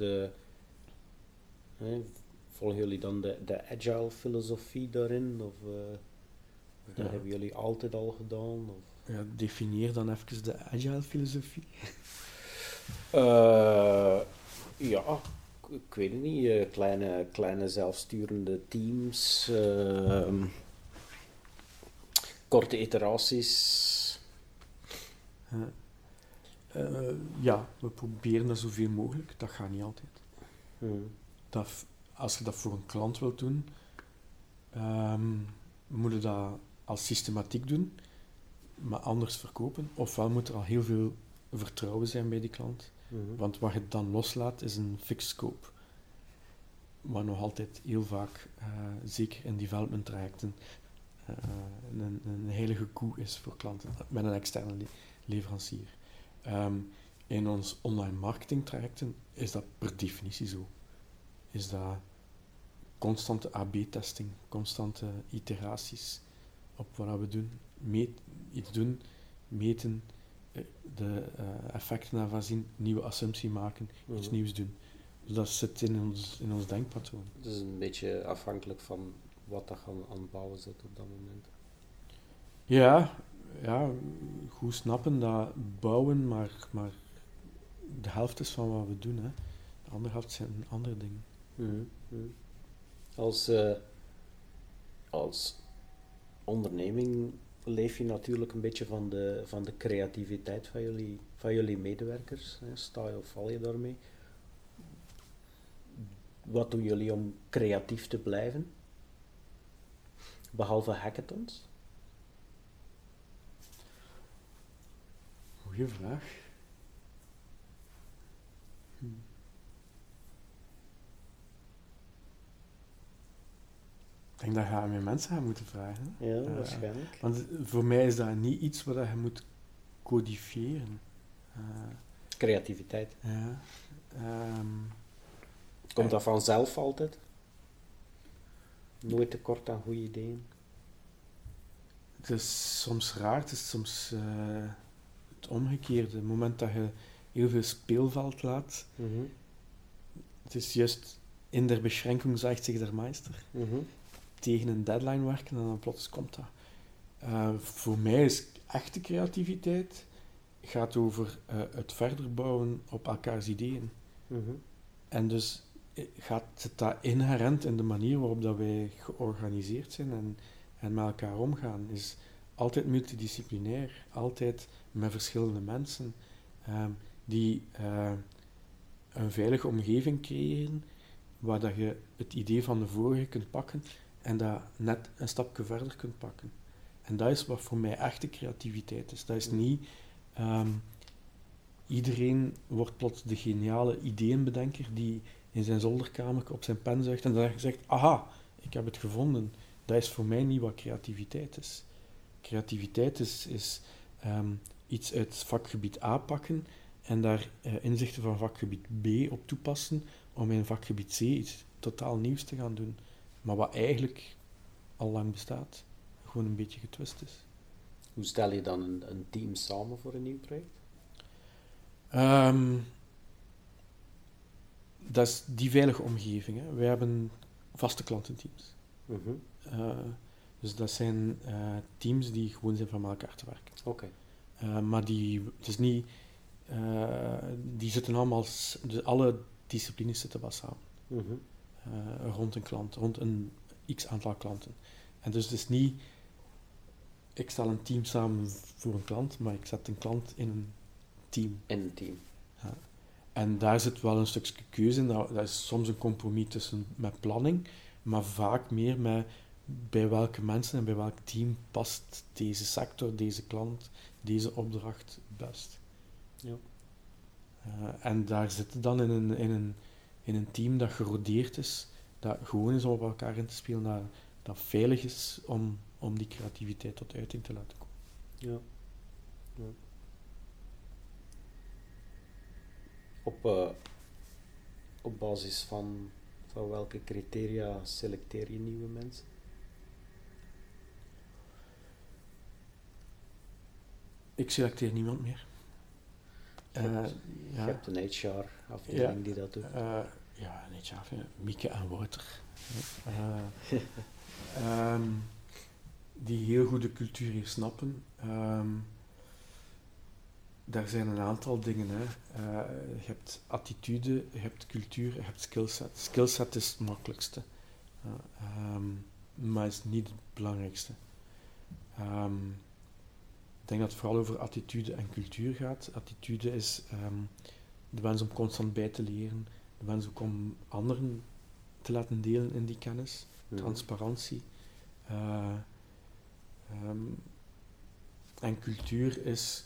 volgen jullie dan de agile filosofie daarin? Of dat hebben jullie altijd al gedaan? Of? Ja, definieer dan even de agile filosofie. Ja, ik weet het niet. Kleine zelfsturende teams, korte iteraties. We proberen dat zoveel mogelijk. Dat gaat niet altijd. Als je dat voor een klant wilt doen, moet je dat als systematiek doen, maar anders verkopen. Ofwel moet er al heel veel vertrouwen zijn bij die klant. Want wat je dan loslaat is een fixed scope. Wat nog altijd heel vaak, zeker in development trajecten, een heilige koe is voor klanten met een externe leverancier. In ons online marketing trajecten is dat per definitie zo. Is dat constante AB-testing, constante iteraties op wat we doen. Iets doen, meten, de effecten daarvan zien, nieuwe assumptie maken, iets nieuws doen. Dus dat zit in ons denkpatroon. Het is een beetje afhankelijk van wat dat aan het bouwen zit op dat moment. Ja, goed snappen dat bouwen maar de helft is van wat we doen. Hè. De andere helft zijn andere dingen. Als onderneming leef je natuurlijk een beetje van de creativiteit van jullie medewerkers. Sta je of val je daarmee? Wat doen jullie om creatief te blijven? Behalve hackathons? Goeie vraag. Ik denk dat je aan mijn mensen gaat moeten vragen. Ja, waarschijnlijk. Want voor mij is dat niet iets wat je moet codifiëren. Creativiteit. Ja. Komt dat vanzelf altijd? Nooit tekort aan goede ideeën? Het is soms raar, het is soms het omgekeerde. Het moment dat je heel veel speelveld laat, het is juist in der beschränkung zegt zich der Meister. Tegen een deadline werken en dan plots komt dat. Voor mij is echte creativiteit gaat over het verder bouwen op elkaars ideeën. En dus gaat dat inherent in de manier waarop dat wij georganiseerd zijn en met elkaar omgaan. Is altijd multidisciplinair, altijd met verschillende mensen die een veilige omgeving creëren waar dat je het idee van de vorige kunt pakken en dat net een stapje verder kunt pakken. En dat is wat voor mij echte creativiteit is. Dat is niet... iedereen wordt plots de geniale ideeënbedenker die in zijn zolderkamer op zijn pen zuigt en dan zegt, aha, ik heb het gevonden. Dat is voor mij niet wat creativiteit is. Creativiteit is iets uit vakgebied A pakken en daar inzichten van vakgebied B op toepassen om in vakgebied C iets totaal nieuws te gaan doen. Maar wat eigenlijk al lang bestaat, gewoon een beetje getwist is. Hoe stel je dan een team samen voor een nieuw project? Dat is die veilige omgeving. Hè. Wij hebben vaste klantenteams. Dus dat zijn teams die gewoon zijn van elkaar te werken. Oké. Maar het is niet... die zitten allemaal... Dus alle disciplines zitten wel samen. Rond een klant, rond een x-aantal klanten. En dus het is niet... Ik stel een team samen voor een klant, maar ik zet een klant in een team. In een team. Ja. En daar zit wel een stukje keuze in. Dat is soms een compromis met planning, maar vaak meer met bij welke mensen en bij welk team past deze sector, deze klant, deze opdracht best. Ja. En daar zitten dan in een team dat gerodeerd is, dat gewoon is om op elkaar in te spelen, dat veilig is om die creativiteit tot uiting te laten komen. Ja. Ja. Op basis van welke criteria selecteer je nieuwe mensen? Ik selecteer niemand meer. Je hebt een HR-afdeling die dat doet. Ja, een HR, Mieke en Wouter. Die heel goed de cultuur hier snappen. Daar zijn een aantal dingen. Hè. Je hebt attitude, je hebt cultuur, je hebt skillset. Skillset is het makkelijkste, maar is niet het belangrijkste. Ik denk dat het vooral over attitude en cultuur gaat. Attitude is de wens om constant bij te leren, de wens ook om anderen te laten delen in die kennis, transparantie. En cultuur is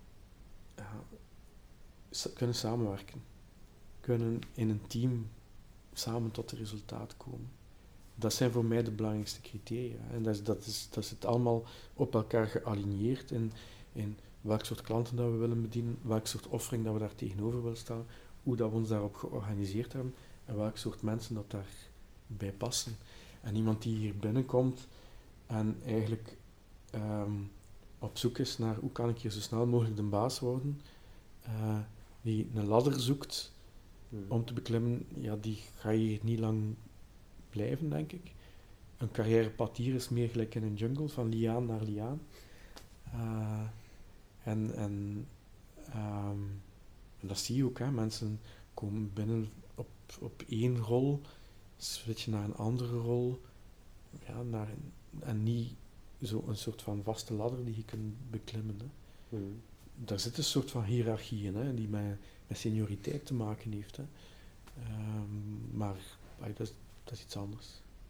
kunnen samenwerken, kunnen in een team samen tot een resultaat komen. Dat zijn voor mij de belangrijkste criteria. En dat is het allemaal op elkaar gealigneerd in welk soort klanten dat we willen bedienen, welk soort offering dat we daar tegenover willen staan, hoe dat we ons daarop georganiseerd hebben en welk soort mensen dat daarbij passen. En iemand die hier binnenkomt en eigenlijk op zoek is naar hoe kan ik hier zo snel mogelijk de baas worden, die een ladder zoekt om te beklimmen, ja, die ga je hier niet lang blijven, denk ik. Een carrièrepad hier is meer gelijk in een jungle, van liaan naar liaan. En dat zie je ook, hè. Mensen komen binnen op één rol, switchen naar een andere rol, ja, en niet zo een soort van vaste ladder die je kunt beklimmen. Hè. Daar zit een soort van hiërarchie in, hè, die met senioriteit te maken heeft. Hè. Maar dat is iets anders.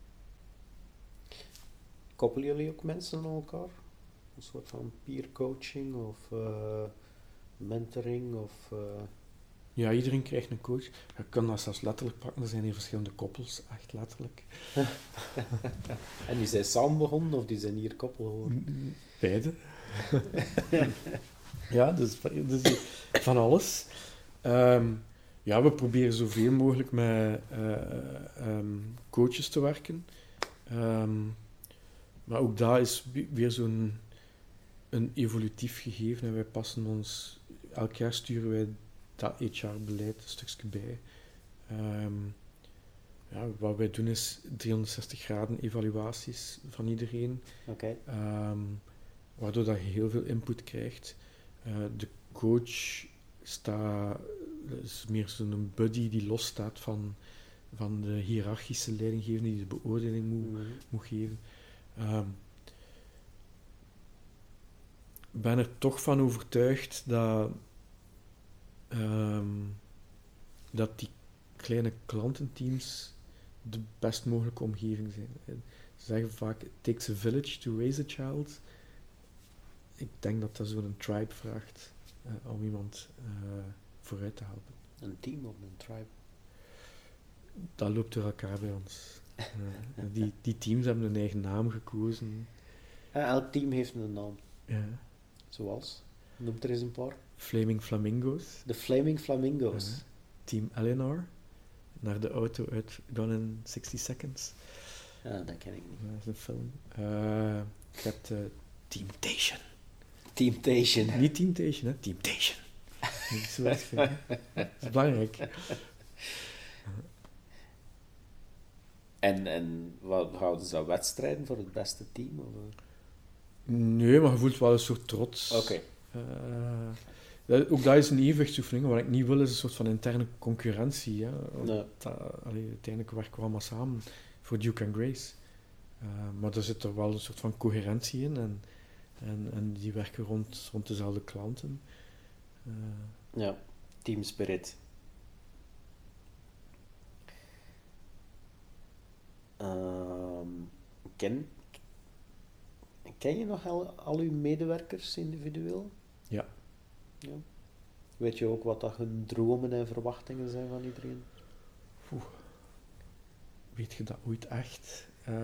Koppelen jullie ook mensen aan elkaar? Een soort van peer coaching of mentoring? Ja, iedereen krijgt een coach. Je kan dat zelfs letterlijk pakken. Er zijn hier verschillende koppels, echt letterlijk. En die zijn samen begonnen of die zijn hier koppel geworden? Beide. Ja, dus van alles. Ja, we proberen zoveel mogelijk met coaches te werken. Maar ook daar is weer zo'n een evolutief gegeven. En wij passen ons... Elk jaar sturen wij dat HR-beleid een stukje bij. Ja, wat wij doen is 360 graden evaluaties van iedereen. Okay. Waardoor dat je heel veel input krijgt. De coach is meer zo'n buddy die losstaat van de hiërarchische leidinggevende die de beoordeling moet geven. Ik ben er toch van overtuigd dat die kleine klantenteams de best mogelijke omgeving zijn. Ze zeggen vaak, it takes a village to raise a child. Ik denk dat dat zo'n tribe vraagt om iemand vooruit te helpen. Een team of een tribe? Dat loopt door elkaar bij ons. Die teams hebben een eigen naam gekozen. Elk team heeft een naam. Ja. Zoals? Noem er eens een paar. Flaming Flamingo's. De Flaming Flamingo's. Team Eleanor. Naar de auto uit Gone in 60 Seconds. Ja, dat ken ik niet. Dat is een film. Je hebt Teamtation. Teamtation. Niet Teamtation, hè? Teamtation. Dat is belangrijk. En wat houden ze dat wedstrijden voor het beste team? Of? Nee, maar je voelt wel een soort trots. Oké. Ook dat is een evenwichtsoefening. Wat ik niet wil, is een soort van interne concurrentie. Hè. Nee. Uiteindelijk werken we allemaal samen voor Duke and Grace. Maar er zit er wel een soort van coherentie in. En die werken rond dezelfde klanten. Ja, team spirit. Ken je nog al uw medewerkers individueel? Ja. Weet je ook wat dat hun dromen en verwachtingen zijn van iedereen? Weet je dat ooit echt?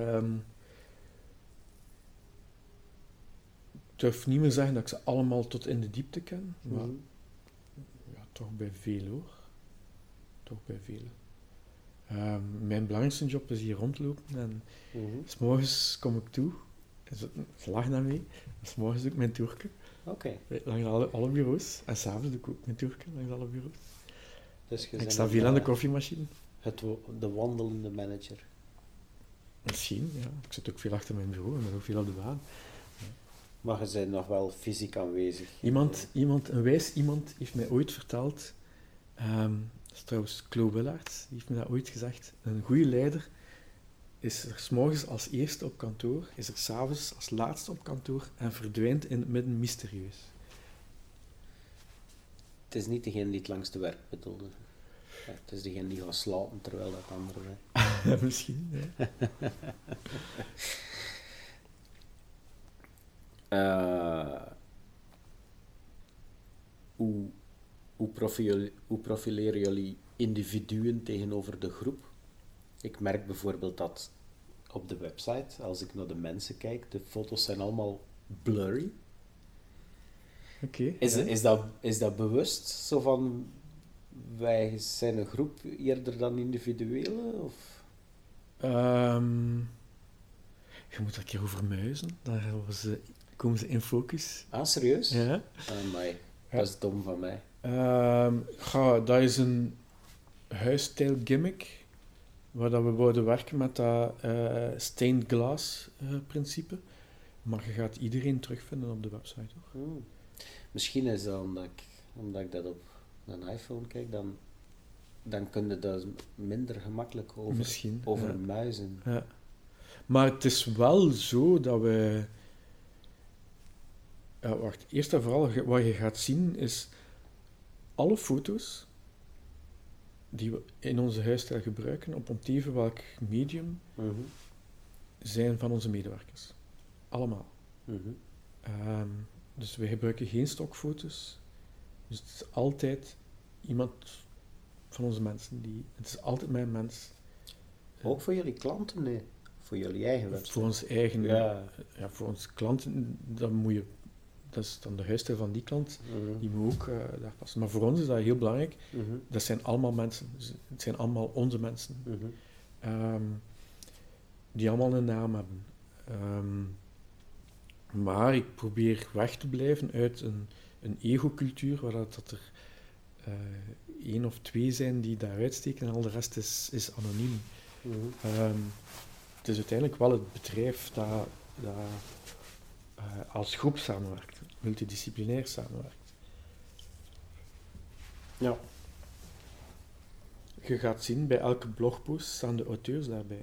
Ik durf niet meer zeggen dat ik ze allemaal tot in de diepte ken, maar ja, toch bij veel hoor. Toch bij velen. Mijn belangrijkste job is hier rondlopen en 's morgens kom ik toe. Ze lachen daarmee. 's morgens doe ik mijn toerke. Oké. Langs alle bureaus. En s'avonds doe ik ook mijn toerke langs alle bureaus. Dus ik sta veel aan de koffiemachine. De wandelende manager. Misschien, ja. Ik zit ook veel achter mijn bureau en ben ook veel op de baan. Maar je bent nog wel fysiek aanwezig. Een wijs iemand heeft mij ooit verteld, dat is trouwens Chloe Willaert, die heeft me dat ooit gezegd, een goede leider is er 's morgens als eerste op kantoor, is er 's avonds als laatste op kantoor en verdwijnt in het midden mysterieus. Het is niet degene die het langste werk bedoelde. Ja, het is degene die gaat slapen terwijl dat andere werkt. Misschien, ja. Hoe profileren jullie individuen tegenover de groep? Ik merk bijvoorbeeld dat op de website, als ik naar de mensen kijk, de foto's zijn allemaal blurry. Oké. Is dat bewust? Zo van, wij zijn een groep eerder dan individuele? Of? Je moet er een keer over muizen, daar komen ze in focus. Ah, serieus? Ja. Amai, dat is dom van mij. Dat is een huisstijl gimmick, waar dat we wouden werken met dat stained glass principe. Maar je gaat iedereen terugvinden op de website, hoor. Misschien is dat omdat ik dat op een iPhone kijk, dan kun je dat minder gemakkelijk over muizen. Ja. Maar het is wel zo dat we... Eerst en vooral, wat je gaat zien is... Alle foto's die we in onze huisstijl gebruiken, op onteven welk medium, zijn van onze medewerkers. Allemaal. Dus we gebruiken geen stokfoto's. Dus het is altijd iemand van onze mensen. Het is altijd mijn mens. Ook voor jullie klanten? Nee. Voor jullie eigen website? Voor ons eigen... Ja. Voor onze klanten, dat is dan de huisstijl van die klant, die moet ook daar passen. Maar voor ons is dat heel belangrijk. Dat zijn allemaal mensen. Dus het zijn allemaal onze mensen. Die allemaal een naam hebben. Maar ik probeer weg te blijven uit een ego-cultuur, waar dat er 1 of 2 zijn die daar uitsteken en al de rest is anoniem. Het is uiteindelijk wel het bedrijf dat als groep samenwerkt, multidisciplinair samenwerkt. Ja. Je gaat zien, bij elke blogpost staan de auteurs daarbij.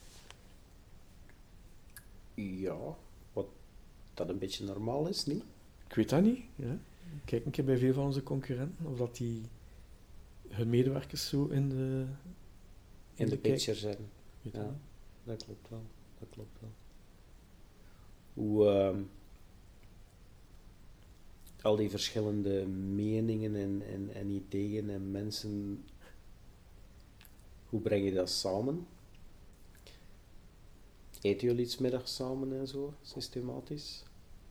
Ja, wat dat een beetje normaal is, niet? Ik weet dat niet. Ja. Kijk een keer bij veel van onze concurrenten, of dat die hun medewerkers zo in de picture zijn. Weet je Ja, niet? dat klopt wel. Dat klopt wel. Hoe al die verschillende meningen en ideeën en mensen, hoe breng je dat samen? Eten jullie iets middags samen en zo, systematisch?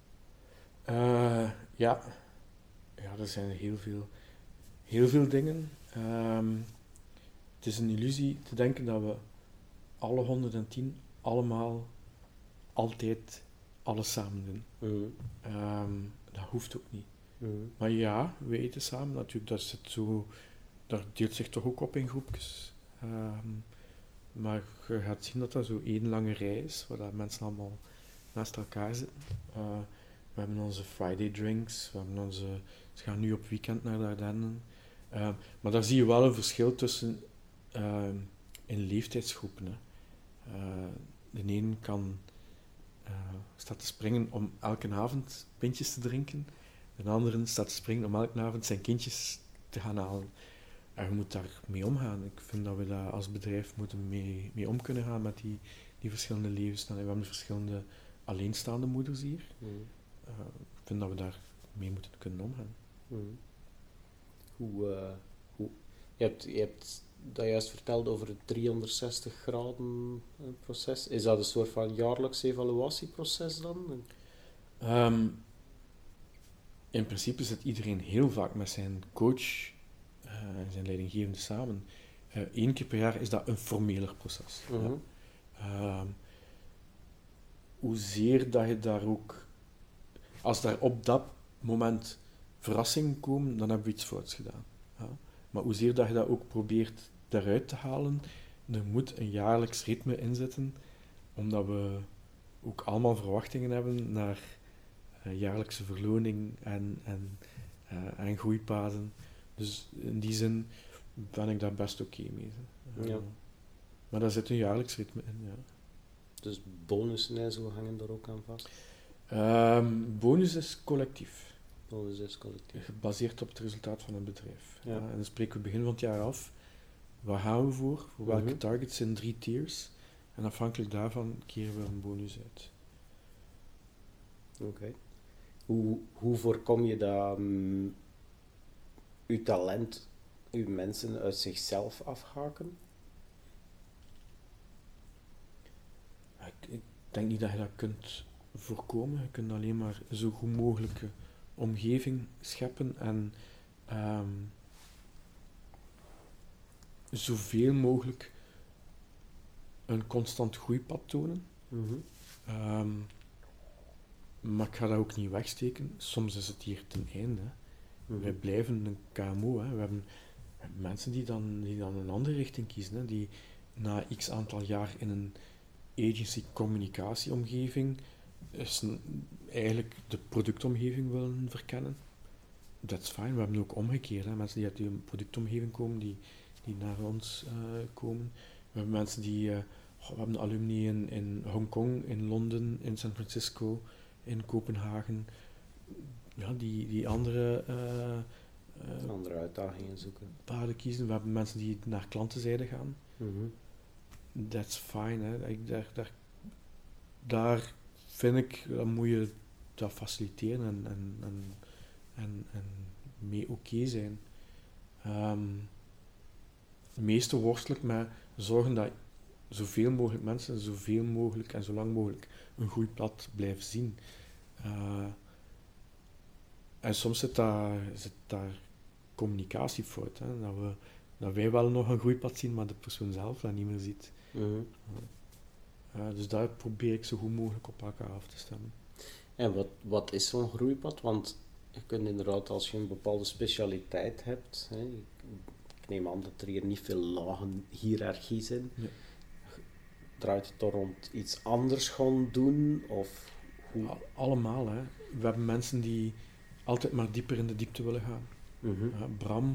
Ja. Ja, er zijn heel veel dingen. Het is een illusie te denken dat we alle 110 allemaal altijd alles samen doen. Dat hoeft ook niet. Maar ja, we eten samen natuurlijk. Dat deelt zich toch ook op in groepjes. Maar je gaat zien dat dat zo één lange rij is, waar dat mensen allemaal naast elkaar zitten. We hebben onze Friday drinks, ze gaan nu op weekend naar de Ardennen. Maar daar zie je wel een verschil tussen in leeftijdsgroepen. Hè. De een staat te springen om elke avond pintjes te drinken, de andere staat te springen om elke avond zijn kindjes te gaan halen. En je moet daar mee omgaan. Ik vind dat we daar als bedrijf moeten mee om kunnen gaan met die verschillende levensstijlen. We hebben verschillende alleenstaande moeders hier. Ik vind dat we daar mee moeten kunnen omgaan. Hoe, je hebt dat juist verteld over het 360 graden proces. Is dat een soort van jaarlijks evaluatieproces dan? In principe zit iedereen heel vaak met zijn coach en zijn leidinggevende samen. 1 keer per jaar is dat een formeler proces. Ja. Hoezeer dat je daar ook... Als daar op dat moment verrassingen komen, dan hebben we iets fouts gedaan. Ja. Maar hoezeer dat je dat ook probeert eruit te halen, er moet een jaarlijks ritme in zitten, omdat we ook allemaal verwachtingen hebben naar jaarlijkse verloning en groeipaden. Dus in die zin ben ik daar best oké mee. Ja. Maar daar zit een jaarlijks ritme in, ja. Dus bonussen en zo hangen daar ook aan vast? Bonus is collectief. Bonus is collectief. Gebaseerd op het resultaat van het bedrijf. Ja. En dan spreken we begin van het jaar af. Waar gaan we voor? Voor welke targets in 3 tiers? En afhankelijk daarvan keren we een bonus uit. Oké. Hoe voorkom je dat uw talent, uw mensen uit zichzelf afhaken? Ik denk niet dat je dat kunt voorkomen. Je kunt alleen maar zo goed mogelijke omgeving scheppen en zoveel mogelijk een constant groeipad tonen. Maar ik ga dat ook niet wegsteken. Soms is het hier ten einde. Wij blijven een KMO. Hè. We hebben mensen die dan een andere richting kiezen. Hè. Die na x aantal jaar in een agency communicatieomgeving eigenlijk de productomgeving willen verkennen. That's fine. We hebben ook omgekeerd. Hè. Mensen die uit die productomgeving komen, die naar ons komen. We hebben mensen we hebben alumni in Hongkong, in Londen, in San Francisco, in Kopenhagen. Ja, die andere uitdagingen zoeken. Paden kiezen. We hebben mensen die naar klantenzijde gaan. That's fine. Hè. Daar vind ik, dan moet je dat faciliteren en mee oké zijn. Het meeste worstel ik met zorgen dat zoveel mogelijk mensen, zoveel mogelijk en zo lang mogelijk een groeipad blijven zien. En soms zit daar communicatiefout. Hè? Dat wij wel nog een groeipad zien, maar de persoon zelf dat niet meer ziet. Dus daar probeer ik zo goed mogelijk op elkaar af te stemmen. En wat is zo'n groeipad? Want je kunt inderdaad, als je een bepaalde specialiteit hebt, hè, ik neem aan dat er hier niet veel lagen hiërarchie zijn. Ja. Draait het er rond iets anders gaan doen? Of hoe? Allemaal. Hè. We hebben mensen die altijd maar dieper in de diepte willen gaan. Bram,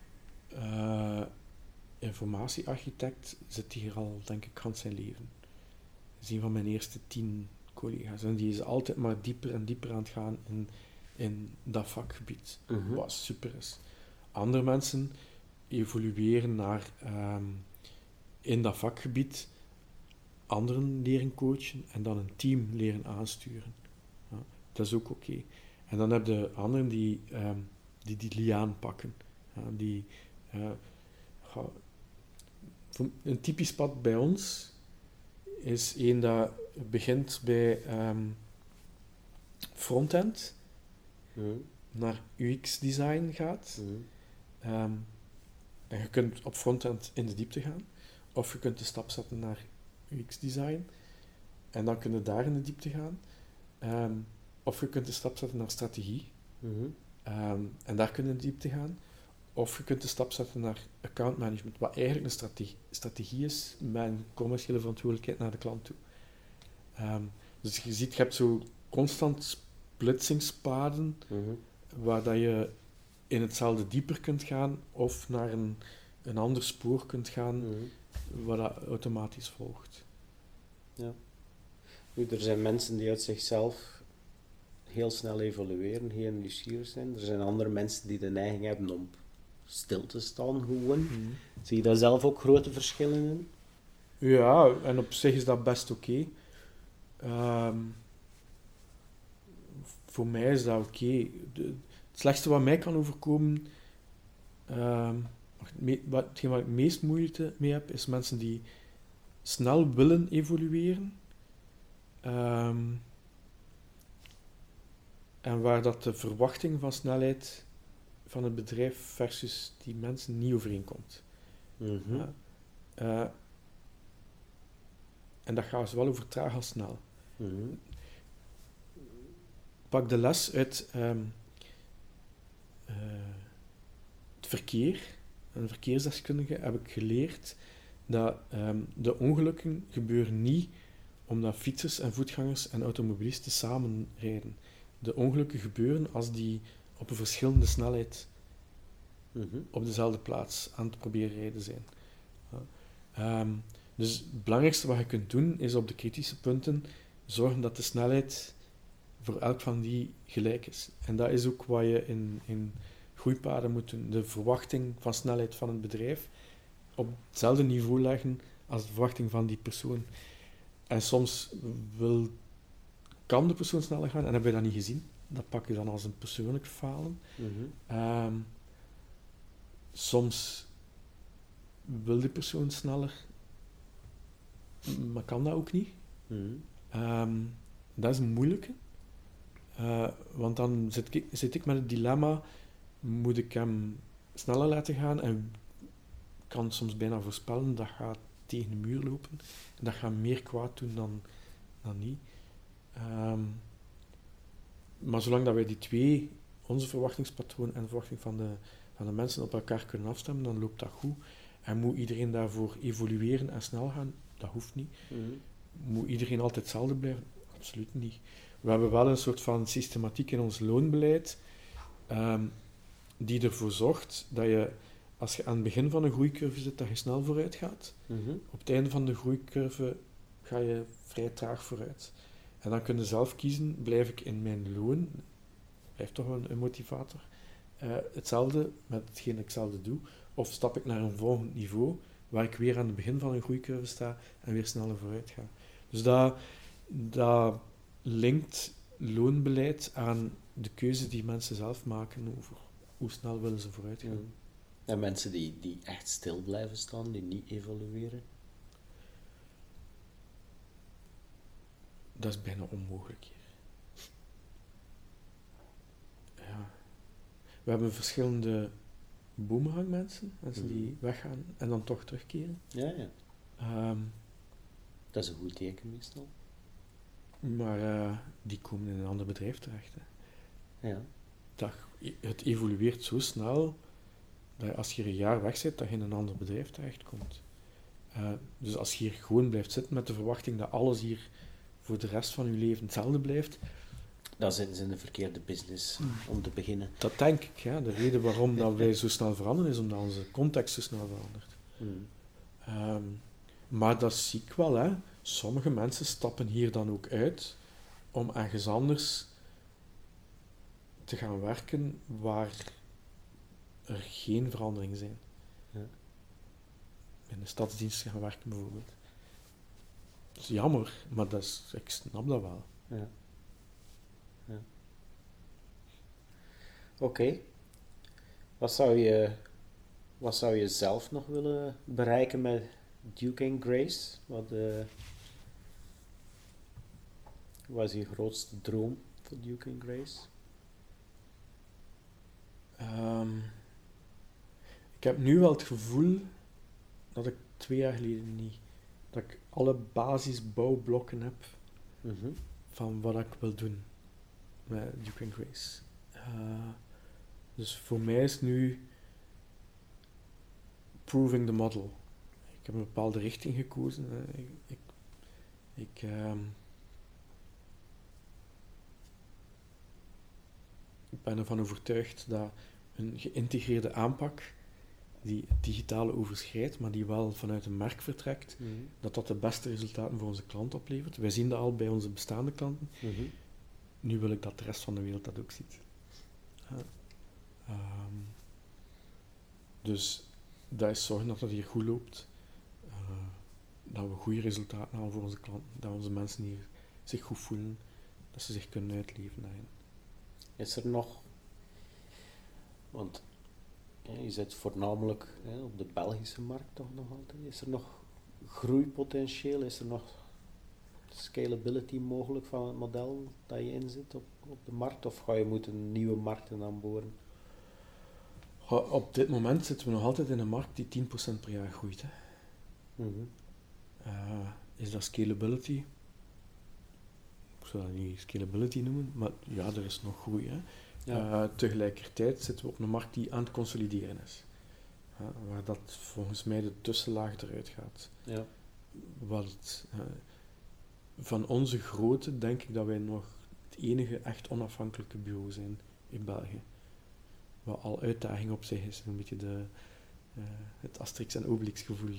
informatiearchitect, zit hier al, denk ik, gans zijn leven. Dat is een van mijn eerste 10 collega's. En die is altijd maar dieper en dieper aan het gaan in dat vakgebied. Wat super is. Andere mensen evolueren naar in dat vakgebied anderen leren coachen en dan een team leren aansturen. Ja, dat is ook oké. En dan heb je anderen die liaan pakken. Ja, een typisch pad bij ons is een dat begint bij frontend naar UX-design gaat. En je kunt op frontend in de diepte gaan, of je kunt de stap zetten naar UX-design, en dan kun je daar in de diepte gaan. Of je kunt de stap zetten naar strategie, en daar kun je in de diepte gaan. Of je kunt de stap zetten naar account management, wat eigenlijk een strategie is met een commerciële verantwoordelijkheid naar de klant toe. Dus je ziet, je hebt zo constant splitsingspaden, waar dat je in hetzelfde dieper kunt gaan, of naar een ander spoor kunt gaan, wat dat automatisch volgt. Ja. Nu, er zijn mensen die uit zichzelf heel snel evolueren, heel nieuwsgierig zijn. Er zijn andere mensen die de neiging hebben om stil te staan gewoon. Zie je daar zelf ook grote verschillen in? Ja, en op zich is dat best oké. Voor mij is dat oké. Het slechtste wat mij kan overkomen, hetgeen waar ik het meest moeite mee heb, is mensen die snel willen evolueren. En waar dat de verwachting van snelheid van het bedrijf versus die mensen niet overeenkomt. En dat gaat zowel over traag als snel. Pak de les uit het verkeer. Een verkeersdeskundige heb ik geleerd dat de ongelukken gebeuren niet omdat fietsers en voetgangers en automobilisten samen rijden. De ongelukken gebeuren als die op een verschillende snelheid op dezelfde plaats aan het proberen rijden zijn. Dus het belangrijkste wat je kunt doen, is op de kritische punten zorgen dat de snelheid voor elk van die gelijk is. En dat is ook wat je in groeipaden moet doen. De verwachting van snelheid van het bedrijf op hetzelfde niveau leggen als de verwachting van die persoon. En soms kan de persoon sneller gaan en hebben we dat niet gezien. Dat pak je dan als een persoonlijk falen. Soms wil de persoon sneller, maar kan dat ook niet. Dat is een moeilijke. Want dan zit ik met het dilemma, moet ik hem sneller laten gaan en kan soms bijna voorspellen dat gaat tegen de muur lopen en dat gaat meer kwaad doen dan niet. Maar zolang dat wij die twee, onze verwachtingspatroon en de verwachting van de mensen op elkaar kunnen afstemmen, dan loopt dat goed. En moet iedereen daarvoor evolueren en snel gaan? Dat hoeft niet. Moet iedereen altijd hetzelfde blijven? Absoluut niet. We hebben wel een soort van systematiek in ons loonbeleid die ervoor zorgt dat je, als je aan het begin van een groeicurve zit, dat je snel vooruit gaat. Op het einde van de groeicurve ga je vrij traag vooruit. En dan kun je zelf kiezen, blijf ik in mijn loon, blijft toch een motivator, hetzelfde met hetgeen ik hetzelfde doe, of stap ik naar een volgend niveau, waar ik weer aan het begin van een groeicurve sta en weer sneller vooruit ga. Dus dat linkt loonbeleid aan de keuze die mensen zelf maken over hoe snel willen ze vooruit gaan. En mensen die echt stil blijven staan, die niet evolueren? Dat is bijna onmogelijk hier. Ja. We hebben verschillende boomerangmensen, mensen die weggaan en dan toch terugkeren. Ja. Dat is een goed teken meestal. Maar die komen in een ander bedrijf terecht. Hè. Ja. Het evolueert zo snel dat als je een jaar weg zit, dat je in een ander bedrijf terechtkomt. Dus als je hier gewoon blijft zitten met de verwachting dat alles hier voor de rest van je leven hetzelfde blijft, Dan zitten ze in de verkeerde business om te beginnen. Dat denk ik. Ja. De reden waarom dat wij zo snel veranderen, is omdat onze context zo snel verandert. Maar dat zie ik wel. Hè. Sommige mensen stappen hier dan ook uit om ergens anders te gaan werken waar er geen veranderingen zijn. Ja. In de stadsdienst gaan werken bijvoorbeeld. Dat is jammer, maar ik snap dat wel. Ja. Oké. Wat zou je zelf nog willen bereiken met Duke and Grace? Wat is je grootste droom voor Duke and Grace? Ik heb nu wel het gevoel dat ik 2 jaar geleden niet. Dat ik alle basisbouwblokken heb van wat ik wil doen met Duke and Grace. Dus voor mij is nu proving the model. Ik heb een bepaalde richting gekozen. Ik ben ervan overtuigd dat een geïntegreerde aanpak die het digitale overschrijdt, maar die wel vanuit een merk vertrekt, dat de beste resultaten voor onze klant oplevert. Wij zien dat al bij onze bestaande klanten. Nu wil ik dat de rest van de wereld dat ook ziet. Dus dat is zorgen dat het hier goed loopt. Dat we goede resultaten halen voor onze klanten. Dat onze mensen hier zich goed voelen. Dat ze zich kunnen uitleven daarin. Is er nog... Want je zit voornamelijk op de Belgische markt toch nog altijd. Is er nog groeipotentieel? Is er nog scalability mogelijk van het model dat je inzet op de markt? Of ga je moeten nieuwe markten aanboren? Op dit moment zitten we nog altijd in een markt die 10% per jaar groeit. Hè. Is dat scalability? Ik zou dat niet scalability noemen, maar ja, er is nog groei. Hè. Ja. Tegelijkertijd zitten we op een markt die aan het consolideren is. Waar dat volgens mij de tussenlaag eruit gaat. Ja. Van onze grootte denk ik dat wij nog het enige echt onafhankelijke bureau zijn in België. Wat al uitdaging op zich is, een beetje het Asterix en Obelix gevoel.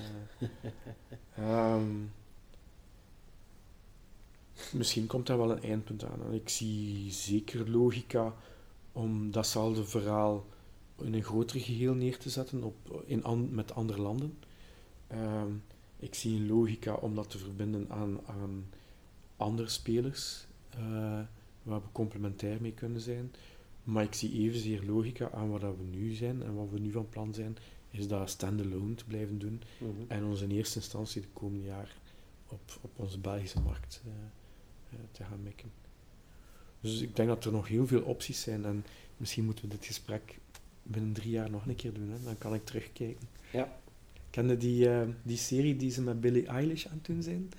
Misschien komt daar wel een eindpunt aan. En ik zie zeker logica om datzelfde verhaal in een groter geheel neer te zetten met andere landen. Ik zie een logica om dat te verbinden aan andere spelers waar we complementair mee kunnen zijn. Maar ik zie evenzeer logica aan wat we nu zijn en wat we nu van plan zijn, is dat standalone te blijven doen en ons in eerste instantie de komende jaar op onze Belgische markt te gaan mikken. Dus ik denk dat er nog heel veel opties zijn en misschien moeten we dit gesprek binnen 3 jaar nog een keer doen, hè? Dan kan ik terugkijken. Ja. Kende die serie die ze met Billie Eilish aan het doen zijn?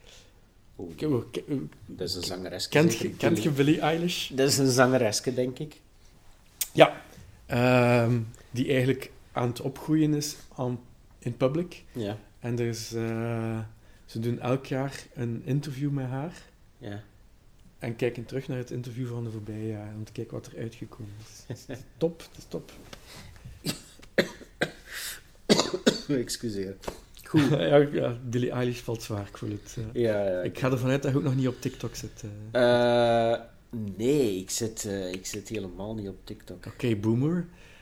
Dat is een zangereske. Kent je Billie Eilish? Dat is een zangereske, denk ik. Ja. Die eigenlijk aan het opgroeien is in public. Ja. En ze doen elk jaar een interview met haar. Ja. En kijken terug naar het interview van de voorbije jaren om te kijken wat er uitgekomen is. Het is top, het is top. Excuseer. Goed. Ja, Billie Eilish valt zwaar, ik voel het. Ja. Ik ga ervan uit dat je ook nog niet op TikTok zit. Nee, ik zit helemaal niet op TikTok. Oké, boomer.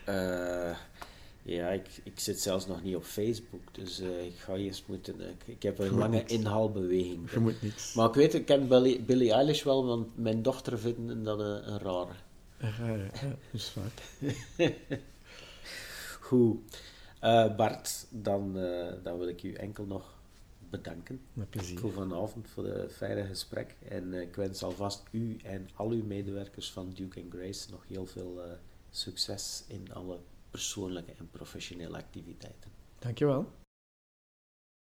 Ja, ik zit zelfs nog niet op Facebook, dus ik ga eerst moeten... Ik heb een lange inhaalbeweging. Je moet niets. Maar ik weet, ik ken Billie Eilish wel, want mijn dochter vindt dat een rare. Ja, dat is waar. Goed. Bart, dan wil ik u enkel nog bedanken. Met plezier. Voor vanavond, voor het fijne gesprek. En ik wens alvast u en al uw medewerkers van Duke and Grace nog heel veel succes in alle persoonlijke en professionele activiteiten. Dankjewel.